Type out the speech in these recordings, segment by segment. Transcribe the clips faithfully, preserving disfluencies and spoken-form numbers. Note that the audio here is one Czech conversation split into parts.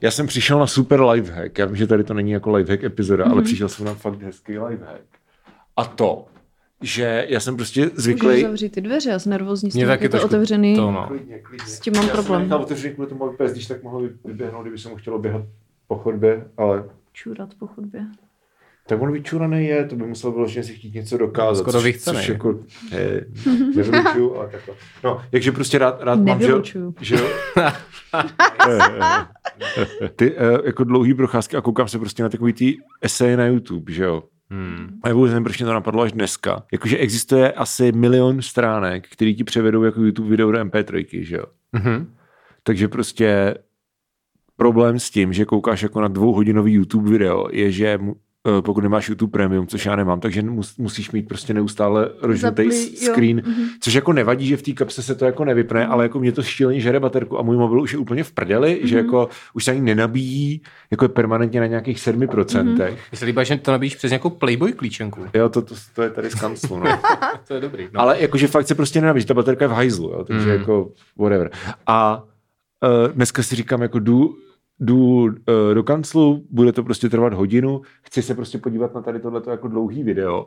Já jsem přišel na super lifehack. Já vím, že tady to není jako lifehack epizoda, mm-hmm. ale přišel jsem na fakt hezký lifehack. A to, že já jsem prostě zvyklý... Můžeš zavřít ty dveře, já jsem nervózní s tím, jak je to otevřený. To, no. Klidně, klidně. S tím mám já problém. Já jsem nechal otevřený kvůli tomu, aby pes, když tak mohl vyběhnout, kdyby se mu chtělo běhat po chodbě, ale... Čůrat po chodbě. Tak on vyčuraný je, to by musel vyloženě si chtít něco dokázat. Skoro vychcený. Jako, he, nevylučuju, ale takhle. No, jakže prostě rád, rád mám, že, že ty uh, jako dlouhý procházky a koukám se prostě na takový ty eseje na YouTube, že jo. Hmm. A vůbec nevím, proč mě to napadlo až dneska. Jakože existuje asi milion stránek, který ti převedou jako YouTube video do em pé tři, že jo. Mm-hmm. Takže prostě problém s tím, že koukáš jako na dvouhodinový YouTube video, je, že pokud nemáš YouTube Premium, což já nemám, takže musíš mít prostě neustále rozžlutej screen, jo. Což jako nevadí, že v té kapse se to jako nevypne, ale jako mě to šíleně žere baterku a můj mobil už je úplně v prdeli, mm-hmm. že jako už se ani nenabíjí, jako je permanentně na nějakých sedmi procentech. Mně se líbá, že to nabíjíš přes nějakou Playboy klíčenku. Jo, to, to, to je tady z kanclu, no. To je dobrý. No. Ale jakože fakt se prostě nenabíjí, ta baterka je v hajzlu, jo, takže mm. jako whatever. A uh, dneska si říkám, jako jdu jdu uh, do kanclu, bude to prostě trvat hodinu, chci se prostě podívat na tady tohleto jako dlouhý video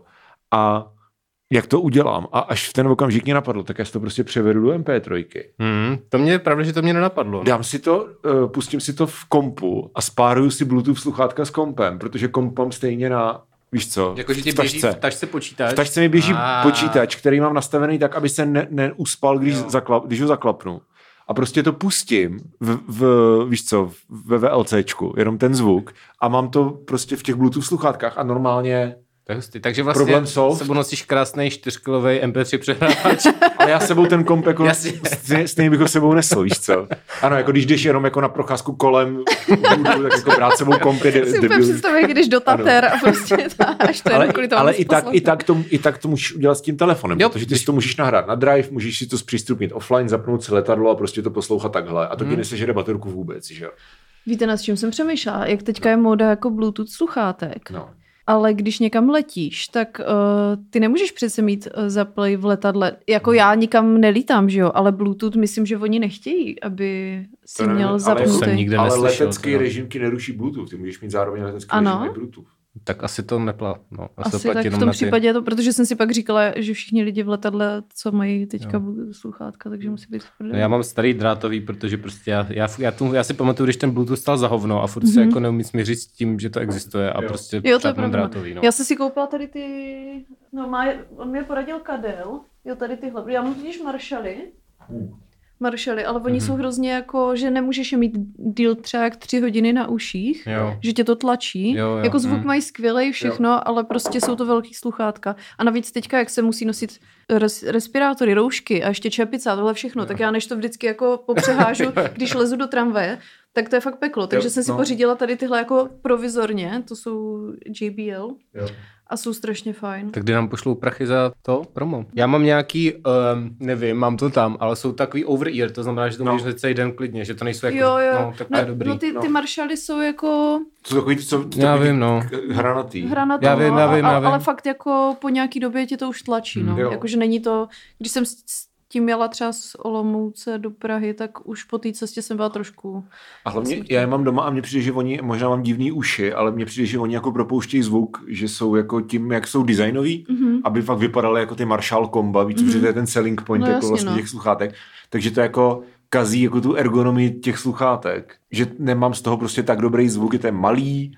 a jak to udělám. A až v ten okamžik mě napadlo, tak já si to prostě převedu do em pé tři. Mm, to mě je pravda, že to mě nenapadlo. No. Dám si to, uh, pustím si to v kompu a spáruju si Bluetooth sluchátka s kompem, protože komp mám stejně na, víš co, jako, že ti běží v tašce počítač? V tašce mi běží a... počítač, který mám nastavený tak, aby se ne, neuspal, když, zaklap, když ho zaklapnu. A prostě to pustím v, v víš co, ve VLCčku, jenom ten zvuk a mám to prostě v těch Bluetooth sluchátkách a normálně takže vlastně sebou nosíš krásnej čtyřkilovej em pé tři přehrávač. Ale já sebou ten komp jako stejně bych ho sebou nesl, víš co. Ano, jako když jdeš jenom jako na procházku kolem budu, tak jako brát sebou kompy. De, si úplně představím, když do Tater ano. A prostě až to ale, kvůli tomu ale i tak, i, tak to, i tak to můžeš udělat s tím telefonem, jo, protože ty si to můžeš nahrát na drive, můžeš si to zpřístupnit offline, zapnout si letadlo a prostě to poslouchat takhle. A to ti hmm. nesežere baterku vůbec, že jo. Víte, nad čím jsem přemýšlela? Jak teďka je móda jako Bluetooth sluchátek. No. Ale když někam letíš, tak uh, ty nemůžeš přece mít uh, zaplay v letadle. Jako já nikam nelítám, že jo, ale Bluetooth myslím, že oni nechtějí, aby si to měl zapnutý. Ale, ale letecký režim ti neruší Bluetooth, ty můžeš mít zároveň letecký ano. režim i Bluetooth. Tak asi to nepla. No, asi asi tak v tom případě je to, protože jsem si pak říkala, že všichni lidi v letadle, co mají teďka jo. sluchátka, takže musí být v no, já mám starý drátový, protože prostě já, já, já, tu, já si pamatuju, když ten Bluetooth stál za hovno a furt mm-hmm. se jako neumí smířit s tím, že to existuje a jo. prostě jo, to je drátový. No. Já jsem si koupila tady ty, no má, on mi poradil Kadel, jo tady tyhle, já mám totiž Marshally. Hmm. Marshally, ale oni mm-hmm. jsou hrozně jako, že nemůžeš je mít díl třeba jak tři hodiny na uších, jo. že tě to tlačí. Jo, jo. Jako zvuk mm. mají skvělej všechno, jo. ale prostě jsou to velký sluchátka. A navíc teďka, jak se musí nosit res, respirátory, roušky a ještě čepice a tohle všechno, jo. tak já než to vždycky jako popřehážu, když lezu do tramvaje, tak to je fakt peklo. Takže jo, jsem si no. pořídila tady tyhle jako provizorně, to jsou J B L. Jo. A jsou strašně fajn. Tak kdy nám pošlou prachy za to promo? Já mám nějaký, um, nevím, mám to tam, ale jsou takový over-ear, to znamená, že to no. můžeš celý den klidně, že to nejsou jako, jo, jo. no, tak to je dobrý. No ty, no. ty Marshally jsou jako... To takový, co, já vím, no. hranatý. Hranatý, já vím, já vím, já vím. Ale fakt jako po nějaký době tě to už tlačí, no. Mm. Jakože není to, když jsem tím jela třeba z Olomouce do Prahy, tak už po té cestě jsem byla trošku... A hlavně já je mám doma a mně přijde, že oni, možná mám divný uši, ale mně přijde, že oni jako propouštějí zvuk, že jsou jako tím, jak jsou designoví, mm-hmm. aby fakt vypadaly jako ty Marshall Comba, víc, mm-hmm. protože to je ten selling point no, jako jasně, vlastně no. těch sluchátek. Takže to jako kazí jako tu ergonomii těch sluchátek. Že nemám z toho prostě tak dobrý zvuk, je to je malý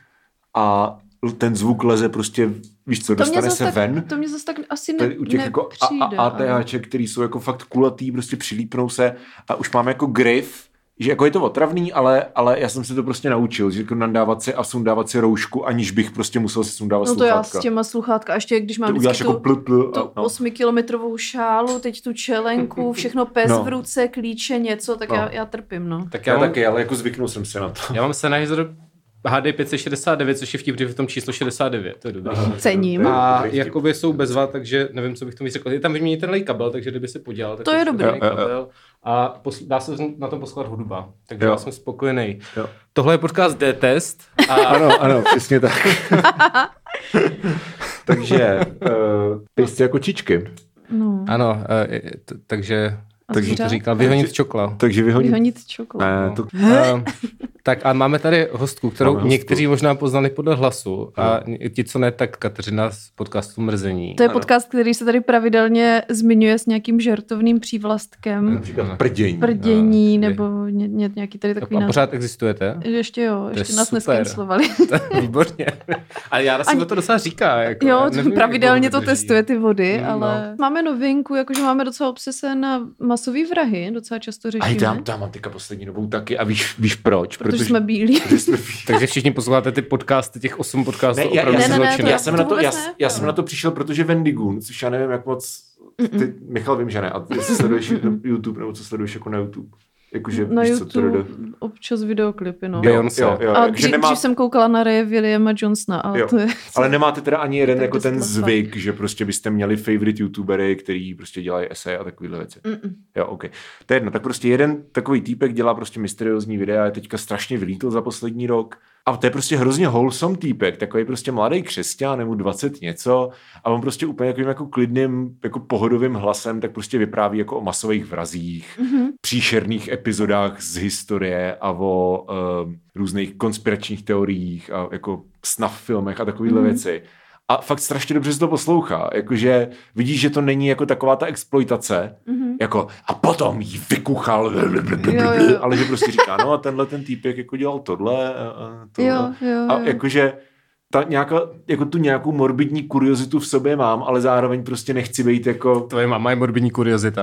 a ten zvuk leze prostě, víš co, to dostane se tak, ven. To mě zase tak asi ne, u těch jako ATHček, který jsou jako fakt kulatý, prostě přilípnou se a už máme jako grif, že jako je to otravný, ale, ale já jsem se to prostě naučil, že jako nadávat si a sundávat si roušku, aniž bych prostě musel si sundávat no sluchátka. No to já s těma sluchátka, a ještě když mám to vždycky jako tu, pl, pl, tu no. osmikilometrovou šálu, teď tu čelenku, všechno pes no. v ruce, klíče, něco, tak no. já, já trpím, no. Tak já, já mám, taky, ale jako zvyknul jsem se na to. Já mám Sennheiser H D pět set šedesát devět, což je vtipný v tom číslo šedesát devět, to je dobrý. Cením. A jakoby jsou bezva, takže nevím, co bych tomu řekl. Je tam vyměnitelný kabel, takže kdyby se podělal, tak to je dobrý. Kabel. A posl- dá se na tom poslouchat hudba, takže jo. já jsem spokojený. Jo. Tohle je podcast D-test. A... ano, ano, přesně tak. takže uh, pejsci jako čičky. No. Ano, uh, t- takže A Takže zvířat? To říkal vyhonit čokla. Takže vyhonit... Vyhonit čokla. Ne, to... Uh, tak a máme tady hostku, kterou Máme hostku. někteří možná poznali podle hlasu a ti, co ne, tak Kateřina z podcastu Mrzení. To je Ano. podcast, který se tady pravidelně zmiňuje s nějakým žertovným přívlastkem. Například prdění. Prdění, No, nebo ně, ně, nějaký tady takový A název. pořád existujete? Ještě jo, je ještě nás super. neskancelovali. Výborně. Ale Jára si Ani- o to docela říká. Jako, Jo, nevím, pravidelně jak to dlouho vydrží. testuje ty vody, Mm, ale no. máme novinku, jakože máme docela obsese na masový vrahy, docela často A řešíme. já, já mám teďka poslední dobou taky a víš, víš proč? Protože jsme bílí. protože jsme Takže všichni posloucháte ty podcasty, těch osm podcastů Ne, já, opravdu já, Ne, jsem, ne, ne, zločiny. to já jsem to na to, já, vůbec ne. já jsem na to přišel, protože Vendigoon, což já nevím, jak moc, ty, Michal, vím, že ne, a ty jestli sleduješ YouTube, nebo co sleduješ jako na YouTube. Jakože, Na víš, co to YouTube jde. občas videoklipy, no. Jo, Beyoncé. jo, jo, A takže dřív, nemá, dřív jsem koukala na Raye Williama Johnsona, ale Jo. to je... ale nemáte teda ani jeden Tak jako to se ten to zvyk, že prostě byste měli favorite YouTubery, který prostě dělají esej a takovýhle věci. Mm-mm. Jo, OK. To je jedno. Tak prostě jeden takový týpek dělá prostě mysteriózní videa, je teďka strašně vylítl za poslední rok. A to je prostě hrozně wholesome týpek, takový prostě mladý křesťan, nebo dvacet něco, a on prostě úplně takovým jako klidným, jako pohodovým hlasem, tak prostě vypráví jako o masových vrazích, Mm-hmm. příšerných epizodách z historie a o uh, různých konspiračních teoriích a jako snuff filmech a takovýhle Mhm. věci. A fakt strašně dobře se to poslouchá, jakože vidíš, že to není jako taková ta exploitace, Mm-hmm. jako a potom jí vykuchal, Jo, jo. ale že prostě říká, no a tenhle ten týpek jako dělal tohle a, a tohle. Jo, jo, A jo. jakože ta nějaká, jako tu nějakou morbidní kuriozitu v sobě mám, ale zároveň prostě nechci být jako, Tvoje máma je morbidní kuriozita.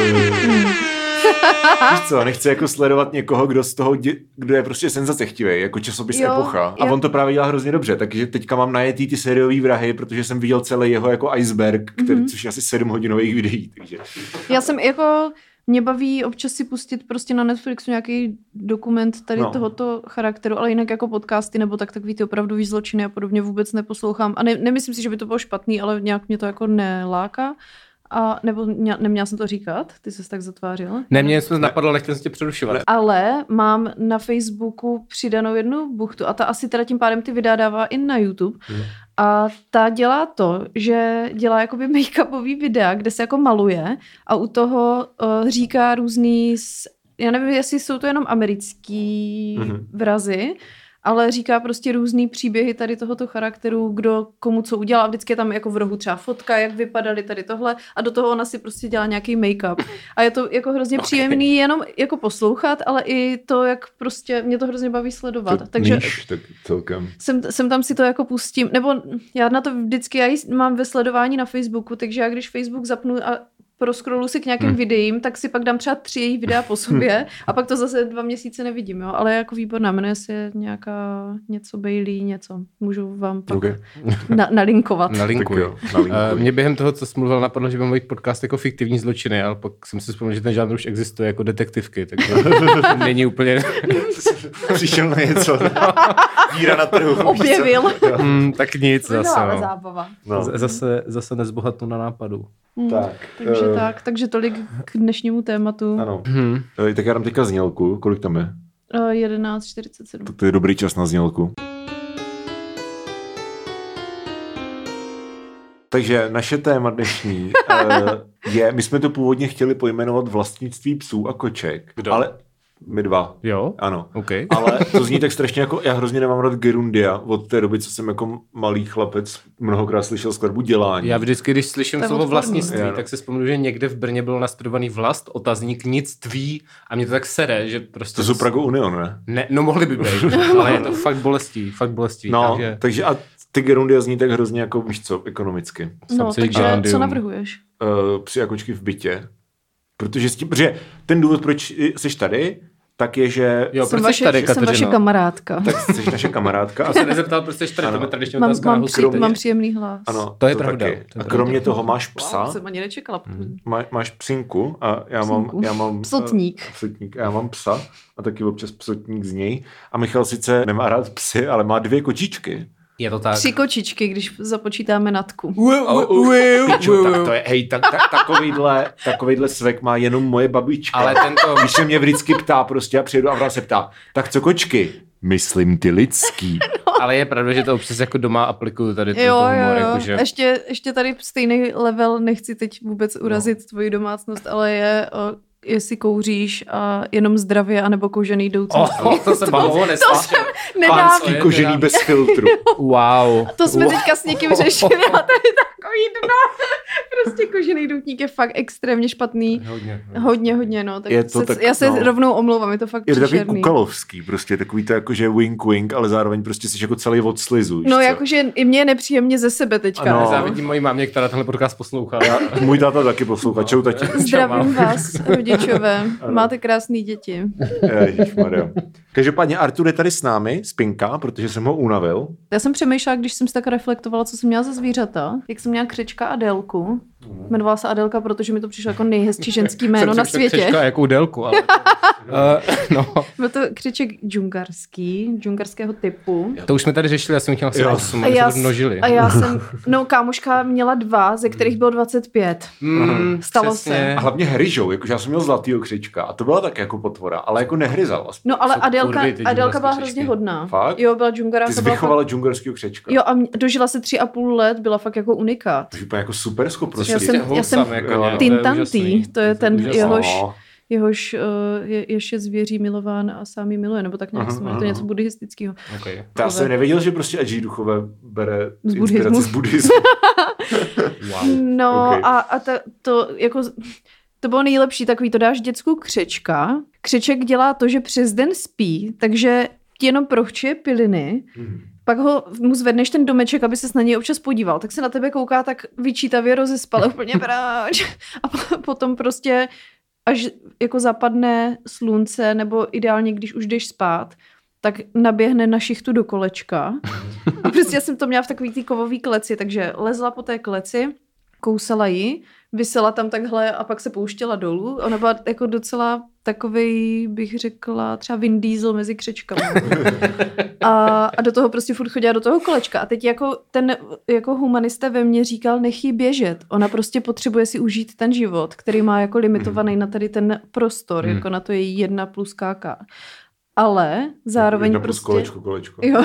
víš co, nechci jako sledovat někoho, kdo z toho, dě, kdo je prostě senzacechtivý, jako časopis Jo, Epocha. A jo. on to právě dělá hrozně dobře, takže teďka mám najetý ty sériový vrahy, protože jsem viděl celý jeho jako iceberg, který, Mhm. což je asi sedm hodinových videí, takže. Já jsem jako... Mě baví občas si pustit prostě na Netflixu nějaký dokument tady No. no. tohoto charakteru, ale jinak jako podcasty nebo tak takový ty opravdový zločiny a podobně vůbec neposlouchám. A ne, nemyslím si, že by to bylo špatný, ale nějak mě to jako neláká. A nebo mě, neměla jsem to říkat? Ty ses tak zatvářil? Ne, mě jsme napadlo, nechtěl jsem tě přerušovat. Ale mám na Facebooku přidanou jednu buchtu a ta asi teda tím pádem ty videa dává i na YouTube. Hmm. A ta dělá to, že dělá jakoby make-upový videa, kde se jako maluje a u toho uh, říká různý, s- já nevím, jestli jsou to jenom americký Mhm. vrazy, ale říká prostě různý příběhy tady tohoto charakteru, kdo komu co udělal. Vždycky je tam jako v rohu třeba fotka, jak vypadaly tady tohle a do toho ona si prostě dělá nějaký make-up. A je to jako hrozně Okay. příjemný jenom jako poslouchat, ale i to, jak prostě mě to hrozně baví sledovat. To Takže níž, tak celkem. jsem, jsem tam si to jako pustím, nebo já na to vždycky, já ji mám ve sledování na Facebooku, takže já když Facebook zapnu a proskroluji si k nějakým Hmm. videím, tak si pak dám třeba tři její videa po sobě a pak to zase dva měsíce nevidím, jo, ale je jako výborná, jmenuje se nějaká něco Bailey, něco, můžu vám pak Okay. na, nalinkovat. Na Tak linku. jo, na linku. Uh, mě během toho, co jsi mluvil, napadlo, že budeme mít podcast jako fiktivní zločiny, ale pak jsem si vzpomněl, že ten žánr už existuje jako detektivky, takže není úplně... Přišel na něco. Díra na trhu. Objevil. hmm, tak nic zase. Zajímavá No. zábava. No. Z- Zase, zase nezbohatnu na nápadu. Hmm, Tak, takže eh, tak, takže tolik k dnešnímu tématu. Ano. Hmm. E, Tak já dám teďka znělku. Kolik tam je? Uh, jedenáct čtyřicet sedm. To, to je dobrý čas na znělku. Takže naše téma dnešní uh, je, my jsme to původně chtěli pojmenovat vlastnictví psů a koček. Kdo? Ale my dva. Jo? Ano. OK. Ale to zní tak strašně jako, já hrozně nemám rád Gerundia od té doby, co jsem jako malý chlapec mnohokrát slyšel skladbu Dělání. Já vždycky, když slyším To je slovo odporný. vlastnictví, Jo. tak si vzpomínám, že někde v Brně bylo nastudovaný vlast, otazník, nic tví a mě to tak sere, že prostě... To jsou Prago Union, ne? Ne, no mohli by být, ale je to fakt bolestí, fakt bolestí. No, takže... takže a ty Gerundia zní tak hrozně jako, víš co, ekonomicky. No, si takže Gerundium. co navrhuješ? Uh, psi a kočky v bytě. Protože, s tím, protože ten důvod, proč jsi tady, tak je, že Jo, Jsem proč jsi vaše, tady, jsem Kateřino? vaše kamarádka. tak jsi naše kamarádka. A Já se nezeptal, proč jsi tady, Ano. to je tradiční Mám, otázka na mám, hosty. při, teď. mám příjemný hlas. ano, To je pravda, taky. to je A pravda. kromě toho máš psa, Wow, jsem ani nečekala. má, máš psinku a já mám, Psinku. já mám Psotník. uh, psotník. A já mám psa a taky občas psotník z něj. A Michal sice nemá rád psy, ale má dvě kočičky. Je to tak. Tři kočičky, když započítáme natku. Pičo, tak to je, hej, tak, tak, takovejhle, takovejhle svek má jenom moje babička. Ale tento... Když se mě vždycky ptá prostě, já přijedu a ona se ptá, tak co kočky? Myslím ty lidský. Ale je pravda, že to občas jako doma aplikuju tady tento Jo, humor. jo, jo. Jakože... Ještě, ještě tady stejný level, nechci teď vůbec urazit no. tvoji domácnost, ale je, o, jestli kouříš a jenom zdravě, anebo kouřený jdoucí. Oh, to se bavilo neslyšel. Pánský kožený bez filtru. Wow. To jsme wow. teďka s někým řešili a to je takový dno. Prostě kožený doutník je fakt extrémně špatný. Hodně. Hodně, hodně, no. Tak Je to se, tak, já se no. rovnou omlouvám, je to fakt Je to takový příšerný. kukalovský, prostě takový to jako, že wink wink, ale zároveň prostě jsi jako celý od slizu. No jakože i mě je nepříjemně ze sebe teďka. Ano. No. Závidím mojí mámě, která tenhle podcast poslouchá. Já, můj táta taky poslouchá, čau tati. Zdravím vás, rodičové. Máte krásný děti. Ježišmarja. Každopádně Artur je tady s námi, spinka, protože jsem ho unavil. Já jsem přemýšlela, když jsem si tak reflektovala, co jsem měla za zvířata, jak jsem měla křečka Adélku. Jmenovala se Adélka, protože mi to přišlo jako nejhezčí ženský jméno na světě. Křečka, jakou délku, ale... uh, no. Byl to křeček džungarský, džungarského typu. To už jsme tady řešili, já jsem chtěla asi osm, A aby já, se to množili. a já jsem, no kámoška měla dva, ze kterých bylo dvacet pět. Mm, Stalo přesně. se. A hlavně hryžou, jakože já jsem měl zlatýho křečka a to byla tak jako potvora, ale jako nehryzal vlastně. No ale Jsou Adélka, kurvy, ty Adélka byla džungarský hrozně hodná. Fakt? Jo, byla džungara. Ty jsi byla vychovala fakt... džungarskýho křečka. Jo a mě, dožila se tři a půl let, byla fakt jako unikát. To je úplně jako super schopnost. Já jsem, já jsem Tintanti, to je ten jehož, jehož uh, je, ještě zvěří milován a sám ji miluje, nebo tak nějak se jmenuje, to je něco buddhistického. Okay. Já jsem nevěděl, že prostě Adží Duchové bere Z inspiraci buddhismu. z buddhismu. Wow. No Okay. a, a ta, to jako... To bylo nejlepší, takový to dáš děcku křečka. Křeček dělá to, že přes den spí, takže ti jenom prochčuje piliny, Mm. pak ho mu zvedneš ten domeček, aby ses na něj občas podíval, tak se na tebe kouká tak vyčítavě rozespal, úplně práč. A potom prostě, až jako zapadne slunce, nebo ideálně, když už jdeš spát, tak naběhne na šichtu do kolečka. A prostě já jsem to měla v takový tý kovový kleci, takže lezla po té kleci, kousala ji, visela tam takhle a pak se pouštěla dolů. Ona byla jako docela takovej, bych řekla, třeba Vin Diesel mezi křečkami. A, a do toho prostě furt chodila do toho kolečka. A teď jako ten jako humanista ve mně říkal, nech jí běžet. Ona prostě potřebuje si užít ten život, který má jako limitovaný na tady ten prostor, Hmm. jako na to její jedna plus káka. Ale zároveň Jedna plus prostě... kolečko, kolečko. Jo.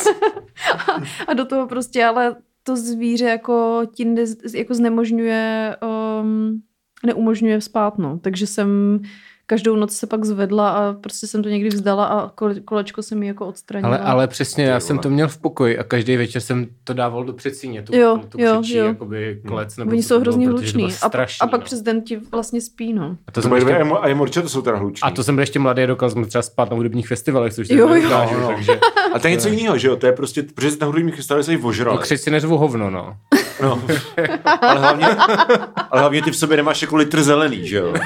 a, a do toho prostě ale to zvíře jako ti ne, jako znemožňuje, um, neumožňuje spát, no. Takže jsem každou noc se pak zvedla a prostě jsem to někdy vzdala a kole, kolečko jsem mi jako odstranila. Ale, ale přesně, já jsem to měl v pokoji a každý večer jsem to dával do předsíně, tu, Jo, tu jo, křičí, jo. jakoby klec. Nebo Oni co jsou to hrozně bylo, protože to hluční. bylo A, strašný, a pak no. přes den ti vlastně spí, no. A to To jsem byl ještě, ještě... A je morče, to jsou teda hluční. a to jsem byl ještě mladý, dokázal jsem třeba spát na hudebních festivalech, což Jo, jo. dokážu, No, no. takže... A to je něco jiného, že jo? To je prostě, protože na hudebních festivalech se jí ožrali. No křič si neřvu hovno, no. No. ale, hlavně, ale hlavně ty v sobě nemáš jako litr zelený, že jo?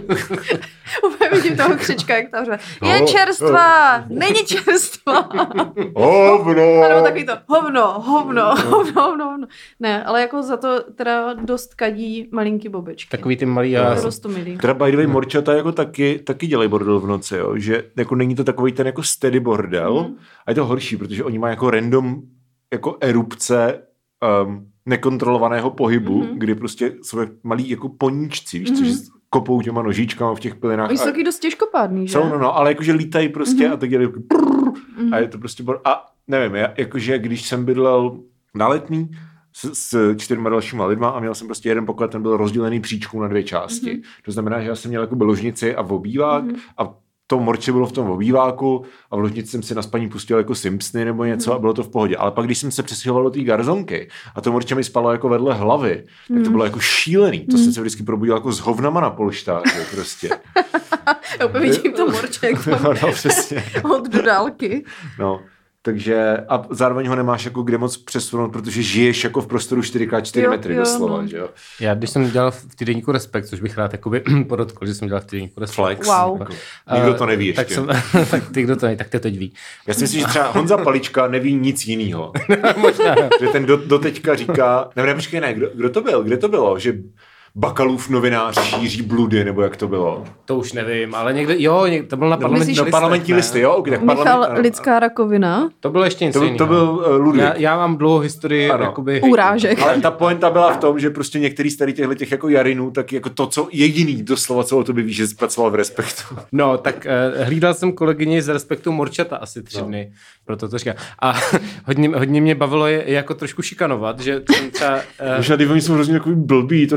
Úplně vidím toho křička, jak tam řve. Je No, čerstvá, není čerstvá. Hovno! A nebo takový to hovno, hovno, hovno, hovno, hovno. Ne, ale jako za to teda dost kadí malinký bobečky. Takový ty malý a... Rostomilý. Teda by the way, morčata jako taky, taky dělají bordel v noci, jo? Že jako není to takový ten jako steady bordel Mm. a je to horší, protože oni mají jako random jako erupce um, nekontrolovaného pohybu, Mhm. kdy prostě jsou jak malí jako poníčci, víš, Mhm. což kopou těma nožičkama v těch pilinách. Oni jsou a- taky dost těžkopádný, že? jsou, no, no, ale jakože lítají prostě Mhm. a tak dělají jako prrr, Mhm. a je to prostě bor... A nevím, já, jakože když jsem bydlel na Letný s, s čtyřma dalšíma lidma a měl jsem prostě jeden pokoj, ten byl rozdělený příčkou na dvě části. Mhm. To znamená, že já jsem měl jako ložnici a obývák Mhm. a to morče bylo v tom obýváku a v ložnici jsem si na spaní pustil jako Simpsony nebo něco Mhm. a bylo to v pohodě. Ale pak, když jsem se přestěhoval do té garzonky a to morče mi spalo jako vedle hlavy, tak to Mhm. bylo jako šílený. To Mhm. jsem se vždycky probudil jako s hovnama na polštáři prostě. Já úplně vidím to morček no, no, přesně. od do dálky. No, takže a zároveň ho nemáš jako kde moc přesunout, protože žiješ jako v prostoru čtyři krát čtyři Jo, metry jo, doslova, no. že jo? Já, když jsem dělal v týdeníku Respekt, což bych rád jakoby podotkl, že jsem dělal v týdeníku Respekt. Flex. Wow. Jako, nikdo to neví ještě. Tak, jsem, tak ty, kdo to neví, tak ty teď ví. Já si myslím, že třeba Honza Palička neví nic jinýho. Možná. Že ten do, doteďka říká, ne, ne, počkej, ne, kdo, kdo to byl? Kde to bylo? Že Bakalův novinář šíří bludy, nebo jak to bylo? To už nevím, ale někde, jo, někde, to byl na parlamentní myslíš- No, listech, parlamentní ne? listy, jo? Tak Michal parlament, Lidská rakovina. To bylo ještě něco to, jiného. to byl uh, Ludvík. Já, já mám dlouhou historii, Ano. jakoby... Urážek. Ale ta pointa byla v tom, že prostě některý z tady těchto těch jako Jarinů, tak jako to, co jediný doslova, co o tobě víš, že jsi pracoval v Respektu. No, tak uh, hlídal jsem kolegyni z Respektu Morčata asi tři No. dny, proto to říkám. A hodně, hodně mě bavilo je, je jako trošku šikanovat, že jsem třeba... Uh, Možná ty oni jsou hrozně takový blbý, to no nevíš, právě,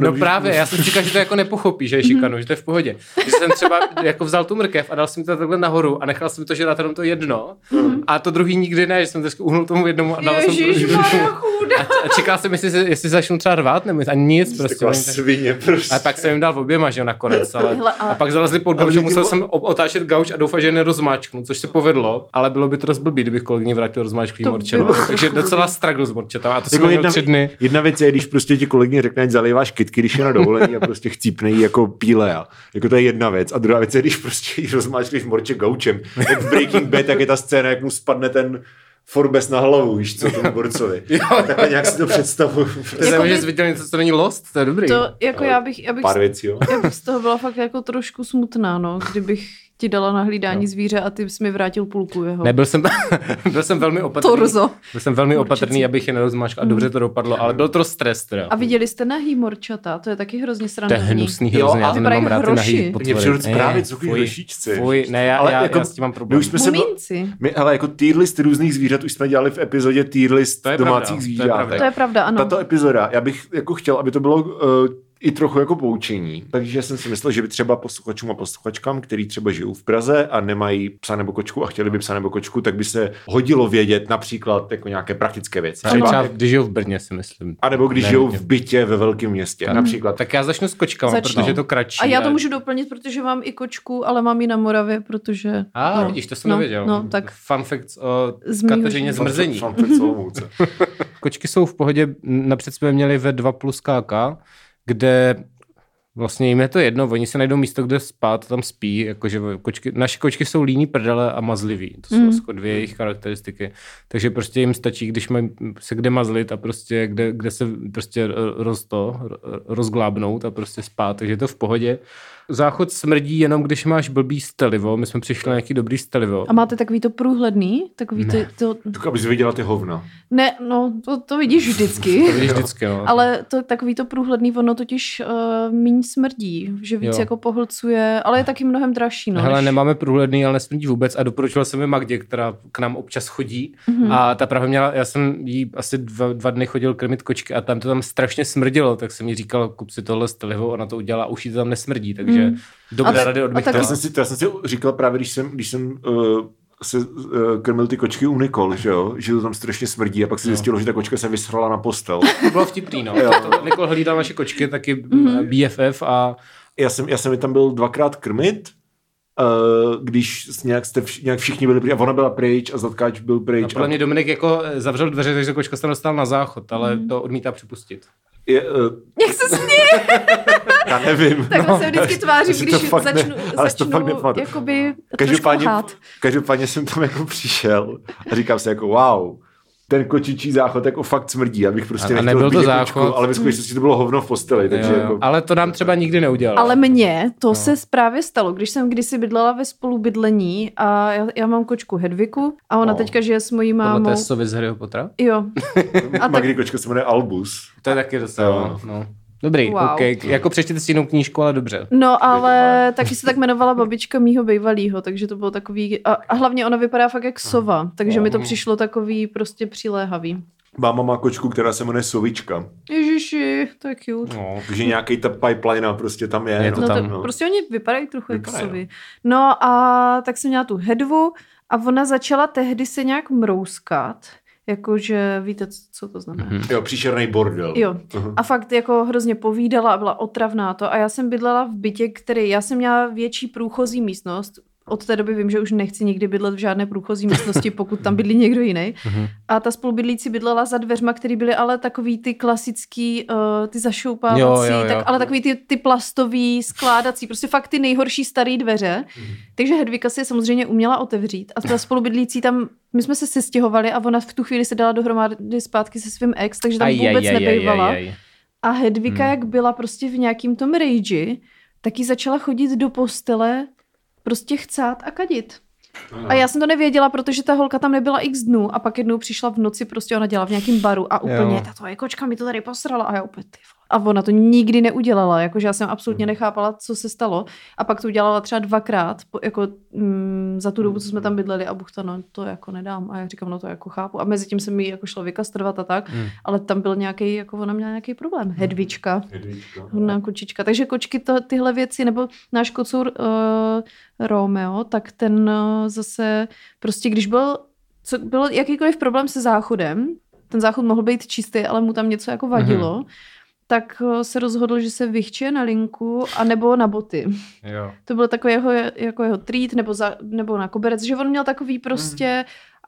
právě, já jsem říkal, že to jako nepochopí, že je šikanu, že to je v pohodě. Že jsem třeba jako vzal tu mrkev a dal jsem to takhle nahoru a nechal jsem to žrat jenom to jedno a to druhý nikdy ne, že jsem vždycky uhnul tomu jednomu a dal jsem to druhý. A, a čekal jsem, jestli, jestli začnu třeba rvát nebo a nic prostě. Svině prostě. A pak jsem jim dal v oběma, že jo, nakonec, ale a pak zalezli pod gauč a musel jsem otáčet gauč a doufat, že nerozmáčknu, což se povedlo, ale bylo by to dost blbý, kdybych kolegyni vrátil rozmáčklý morčata. Takže docela stragl s morčatama a to jsem měl tři dny. Jedna věc je, když prostě ti kolegyně řekne, ať zalejváš kytky, když je na dovolení a prostě chcípne jí jako píle. Jako to je jedna věc. A druhá věc je, když prostě jí rozmáčkneš morče gaučem. Jak v Breaking Bad, tak je ta scéna, jak mu spadne ten Forbes na hlavu, víš co, tomu borcovi. Takhle nějak si to představuju. To znamená, že jsi viděl něco, co není Lost, to je dobrý. To jako já bych, já bych, Pár věcí, jo. Já bych z toho byla fakt jako trošku smutná, no, kdybych ti dala na hlídání no. zvíře a ty jsi mi vrátil půlku jeho. Nebyl jsem, byl jsem velmi opatrný. Torzo. Byl jsem velmi opatrný, abych je nerozmáčkal a dobře to dopadlo, ale byl to stres teda. A viděli jste nahý morčata? To je taky hrozně srandovní. To je hnusný hrozně, já to nemám rád ty nahý potvory. Mě přijde zprávy, co takový hrošíčci. Fuj, ne, já, ale já, jako, já s tím mám problém. Mumínci. My, ale jako tier list různých zvířat už jsme dělali v epizodě tier list domácích zvířat. To je pravda, ano. Tato epizoda, já bych jako chtěl, aby to bylo uh, i trochu jako poučení. Takže jsem si myslel, že by třeba posluchačům a posluchačkám, který třeba žijou v Praze a nemají psa nebo kočku a chtěli by psa nebo kočku, tak by se hodilo vědět například jako nějaké praktické věci. Třeba, třeba když žijou v Brně, si myslím. A nebo když ne, žijou v bytě ve velkém městě, tak. Například. Tak já začnu s kočkama, Začnu. protože je to kratší. A já to můžu doplnit, protože mám i kočku, ale mám ji na Moravě, protože... A, no, vidíš, to jsem no, nevěděl. No, tak fun facts o Kateřině Zmrzení. Fun facts o Olomouci. Kočky jsou v pohodě, napřed jsme měli ve dva plus ká, kde vlastně jim je to jedno, oni si najdou místo, kde spát, tam spí, jakože kočky, naše kočky jsou líní, prdele a mazliví, to jsou mm. jako dvě jejich charakteristiky, takže prostě jim stačí, když mají se kde mazlit a prostě kde, kde se prostě roz to, rozglábnout a prostě spát, takže je to v pohodě. Záchod smrdí jenom, když máš blbý stelivo, my jsme přišli na nějaký dobrý stelivo. A máte takový to průhledný? Takový ne. to, to... Tak abys viděla ty hovna. Ne, no, to, to vidíš vždycky. To vidíš vždycky, no. Ale to, takový to průhledný, ono totiž uh, míň smrdí, že víc jo. jako pohlcuje, ale je taky mnohem dražší. No, Hele, než... nemáme průhledný, ale nesmrdí vůbec a doporučila jsem mi Magdě, která k nám občas chodí mm-hmm. a ta právě měla, já jsem jí asi dva, dva dny chodil krmit kočky a tam to tam strašně smrdilo, tak jsem jí říkal, kup si tohle stelivo, ona to udělala a už jí to tam nesmrdí, takže mm. dobré rady od tak... já, jsem si, já jsem si říkal právě, když jsem, když jsem uh, se uh, krmil ty kočky u Nikol, že jo, že to tam strašně smrdí a pak se zjistilo, no. že ta kočka se vysrala na postel. To bylo vtipný, no. Nikol hlídal naše kočky, taky mm-hmm. B F F a... Já jsem, já jsem mi tam byl dvakrát krmit, uh, když nějak, jste vš, nějak všichni byli pryč a ona byla pryč a Zlatkáč byl pryč. A podle mě Dominik jako zavřel dveře, takže kočka se tam dostala na záchod, ale mm. to odmítá připustit. Je, uh, Jak se směje? Já nevím. Takhle no, se vždycky tvářím, když začnu, ne, začnu jakoby každopádně, trošku každopádně jsem tam jako přišel a říkám si jako wow, ten kočičí záchod jako fakt smrdí, abych prostě a nechtěl zbít kočku, ale ve skutečnosti to bylo hovno v posteli. Takže jo, jako... Ale to nám třeba nikdy neudělalo. Ale mně to no. se právě stalo, když jsem kdysi bydlela ve spolubydlení a já, já mám kočku Hedviku a ona no. teďka žije s mojí mámou. Tohle to je sovět z Harryho Pottera? Jo. A Magdy tak... kočka se jmenuje Albus. To je taky docela, no. Dobrý, wow. OK. Jako přečtěte si jinou knížku, ale dobře. No, ale taky se tak jmenovala babička mýho bejvalýho, takže to bylo takový... A, a hlavně ona vypadá fakt jak sova, takže mi to přišlo takový prostě přiléhavý. Máma má kočku, která se jmenuje Sovička. Ježiši, to je cute. No, takže nějaký ta pipeline prostě tam je. je to no, tam, to, no. Prostě oni vypadají trochu vypadají, jako sovy. No a tak jsem měla tu Hedvu a ona začala tehdy se nějak mrouskat. Jakože víte, co to znamená. Mm-hmm. Jo, příšerný bordel. Jo. Uh-huh. A fakt jako hrozně povídala a byla otravná to. A já jsem bydlela v bytě, který, já jsem měla větší průchozí místnost. Od té doby vím, že už nechci nikdy bydlet v žádné průchozí místnosti, pokud tam bydlí někdo jiný. Uh-huh. A ta spolubydlící bydlela za dveřma, které byly ale takový ty klasický, uh, ty zašoupávací, jo, jo, jo. Tak, ale takový ty, ty plastový, skládací, prostě fakt ty nejhorší staré dveře. Uh-huh. Takže Hedvika si je samozřejmě uměla otevřít. A ta spolubydlící tam, my jsme se sestěhovali a ona v tu chvíli se dala dohromady zpátky se svým ex, takže tam aj, vůbec aj, nebejvala. Aj, aj, aj. A Hedvika, hmm. jak byla prostě v nějakým tom rage, tak jí začala chodit do postele prostě chcát a kadit. A já jsem to nevěděla, protože ta holka tam nebyla x dnů a pak jednou přišla v noci, prostě ona dělala v nějakém baru a úplně, ta tvoje kočka mi to tady posrala a já úplně, ty vole. A ona to nikdy neudělala, jakože já jsem absolutně nechápala, co se stalo. A pak to udělala třeba dvakrát, jako mm, za tu dobu, co jsme tam bydleli a buchta, no to jako nedám. A já říkám, no to jako chápu. A mezi tím jsem jí jako šla vykastrovat a tak, mm. ale tam byl nějaký, jako ona měla nějaký problém. Hedvička. Hedvička. Hodná kočička. Takže kočky, to, tyhle věci, nebo náš kocour uh, Romeo, tak ten uh, zase prostě, když byl, co, byl jakýkoliv problém se záchodem, ten záchod mohl být čistý, ale mu tam něco jako vadilo, mm-hmm. tak se rozhodl, že se vychče na linku a nebo na boty. Jo. To byl takový jeho, jako jeho treat nebo, za, nebo na koberec, že on měl takový prostě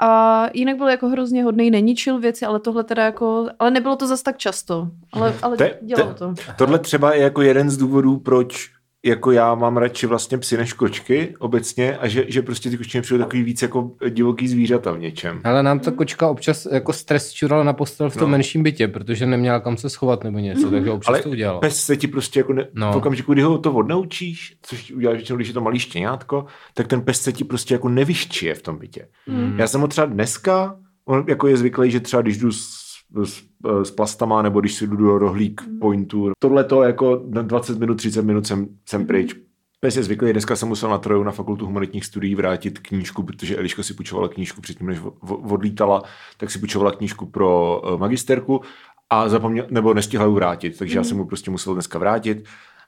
a jinak byl jako hrozně hodnej, neničil věci, ale tohle teda jako, ale nebylo to zas tak často, ale, ale te, dělalo te, to. Tohle třeba je jako jeden z důvodů, proč jako já mám radši vlastně psy než kočky obecně a že, že prostě ty kočky přijde takový víc jako divoký zvířata v něčem. Ale nám ta kočka občas jako stres čurala na postel v tom no. menším bytě, protože neměla kam se schovat nebo něco, mm-hmm. takže občas ale to udělala. pes se ti prostě jako ne, no. v okamžiku, kdy ho to odnaučíš, což uděláš většinou, když je to malý štěňátko, tak ten pes se ti prostě jako nevyščije v tom bytě. Mm. Já jsem ho třeba dneska, on jako je zvyklý, že třeba když jdu s S, s plastama, nebo když si jdu do rohlík pointu. Tohle to jako na dvacet minut, třicet minut jsem, jsem pryč. Pes je zvyklý, dneska jsem musel na Troju na fakultu humanitních studií vrátit knížku, protože Eliška si půjčovala knížku předtím, než odlítala, tak si půjčovala knížku pro magisterku a zapomněl, nebo nestihla ji vrátit, takže mm. já jsem mu prostě musel dneska vrátit.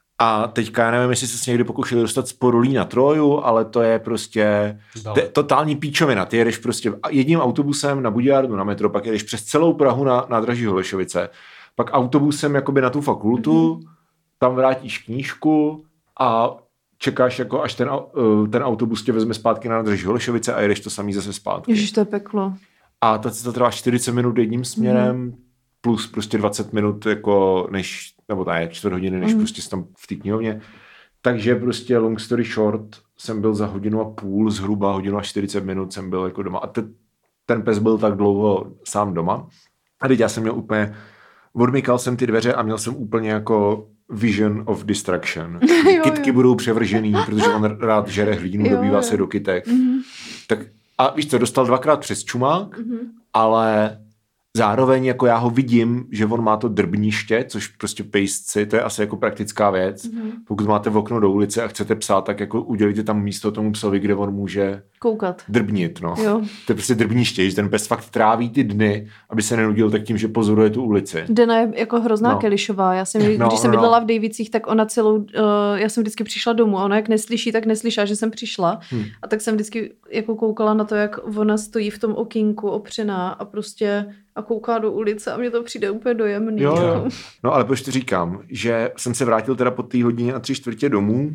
A teďka, já nevím, jestli se někdy pokoušeli dostat z Porulí na Troju, ale to je prostě te, totální píčovina. Ty jedeš prostě jedním autobusem na Budějárdu na metro, pak jedeš přes celou Prahu na nádraží Holešovice, pak autobusem jakoby na tu fakultu, mm-hmm. tam vrátíš knížku a čekáš, jako až ten, ten autobus tě vezme zpátky na nádraží Holešovice a jedeš to samý zase zpátky. Ježiš, to je peklo. A ta cesta trvá čtyřicet minut jedním směrem, mm-hmm. plus prostě dvacet minut jako než, nebo ne, čtvrt hodiny, než mm. prostě tam v té knihovně. Takže prostě long story short, jsem byl za hodinu a půl, zhruba hodinu a čtyřicet minut jsem byl jako doma. A te, ten pes byl tak dlouho sám doma. A teď já jsem měl úplně, odmykal jsem ty dveře a měl jsem úplně jako vision of destruction. Kytky budou převržený, protože on rád žere hlínu, jo, dobývá jo. se do kytek. Mm. Tak a víš co, dostal dvakrát přes čumák, mm. ale zároveň jako já ho vidím, že on má to drbniště, což prostě pejsci, to je asi jako praktická věc. Mm-hmm. Pokud máte v okno do ulice a chcete psa, tak jako udělíte tam místo tomu psovi, kde on může koukat. Drbnit. No. Jo. To je prostě drbniště, že ten pes fakt tráví ty dny, aby se nenudil tak tím, že pozoruje tu ulici. Dena je jako hrozná no. kelišová. Já jsem, no, když jsem no, bydlela no. v Dejvicích, tak ona celou, uh, já jsem vždycky přišla domů a ona jak neslyší, tak neslyšela, že jsem přišla. Hmm. A tak jsem vždycky jako koukala na to, jak ona stojí v tom okýnku opřená a prostě a kouká do ulice a mně to přijde úplně dojemný. Jo, jo. No ale proč to říkám, že jsem se vrátil teda po té hodině a tři čtvrtě domů,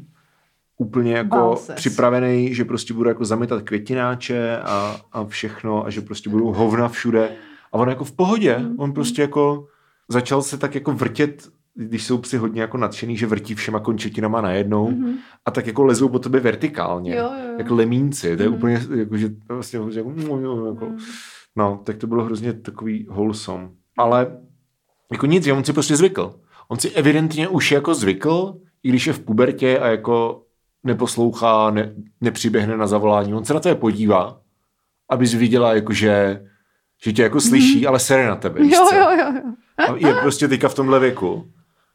úplně jako připravený, že prostě budu jako zamytat květináče a, a všechno a že prostě budou hovna všude. A on jako v pohodě, mm. on prostě jako začal se tak jako vrtět, když jsou psi hodně jako nadšený, že vrtí všema končetinama najednou mm-hmm. a tak jako lezou po tobě vertikálně, jo, jo. jako lemínci. To je mm. úplně jako, že vlastně jako, jako mm. no, tak to bylo hrozně takový wholesome. Ale jako nic, on si prostě zvykl. On si evidentně už jako zvykl, i když je v pubertě a jako neposlouchá, ne, nepřiběhne na zavolání. On se na tebe podívá, abys viděla, jako že, že tě jako slyší, mm. ale sere na tebe. Jo, jo, jo, jo. A je prostě teďka v tomhle věku.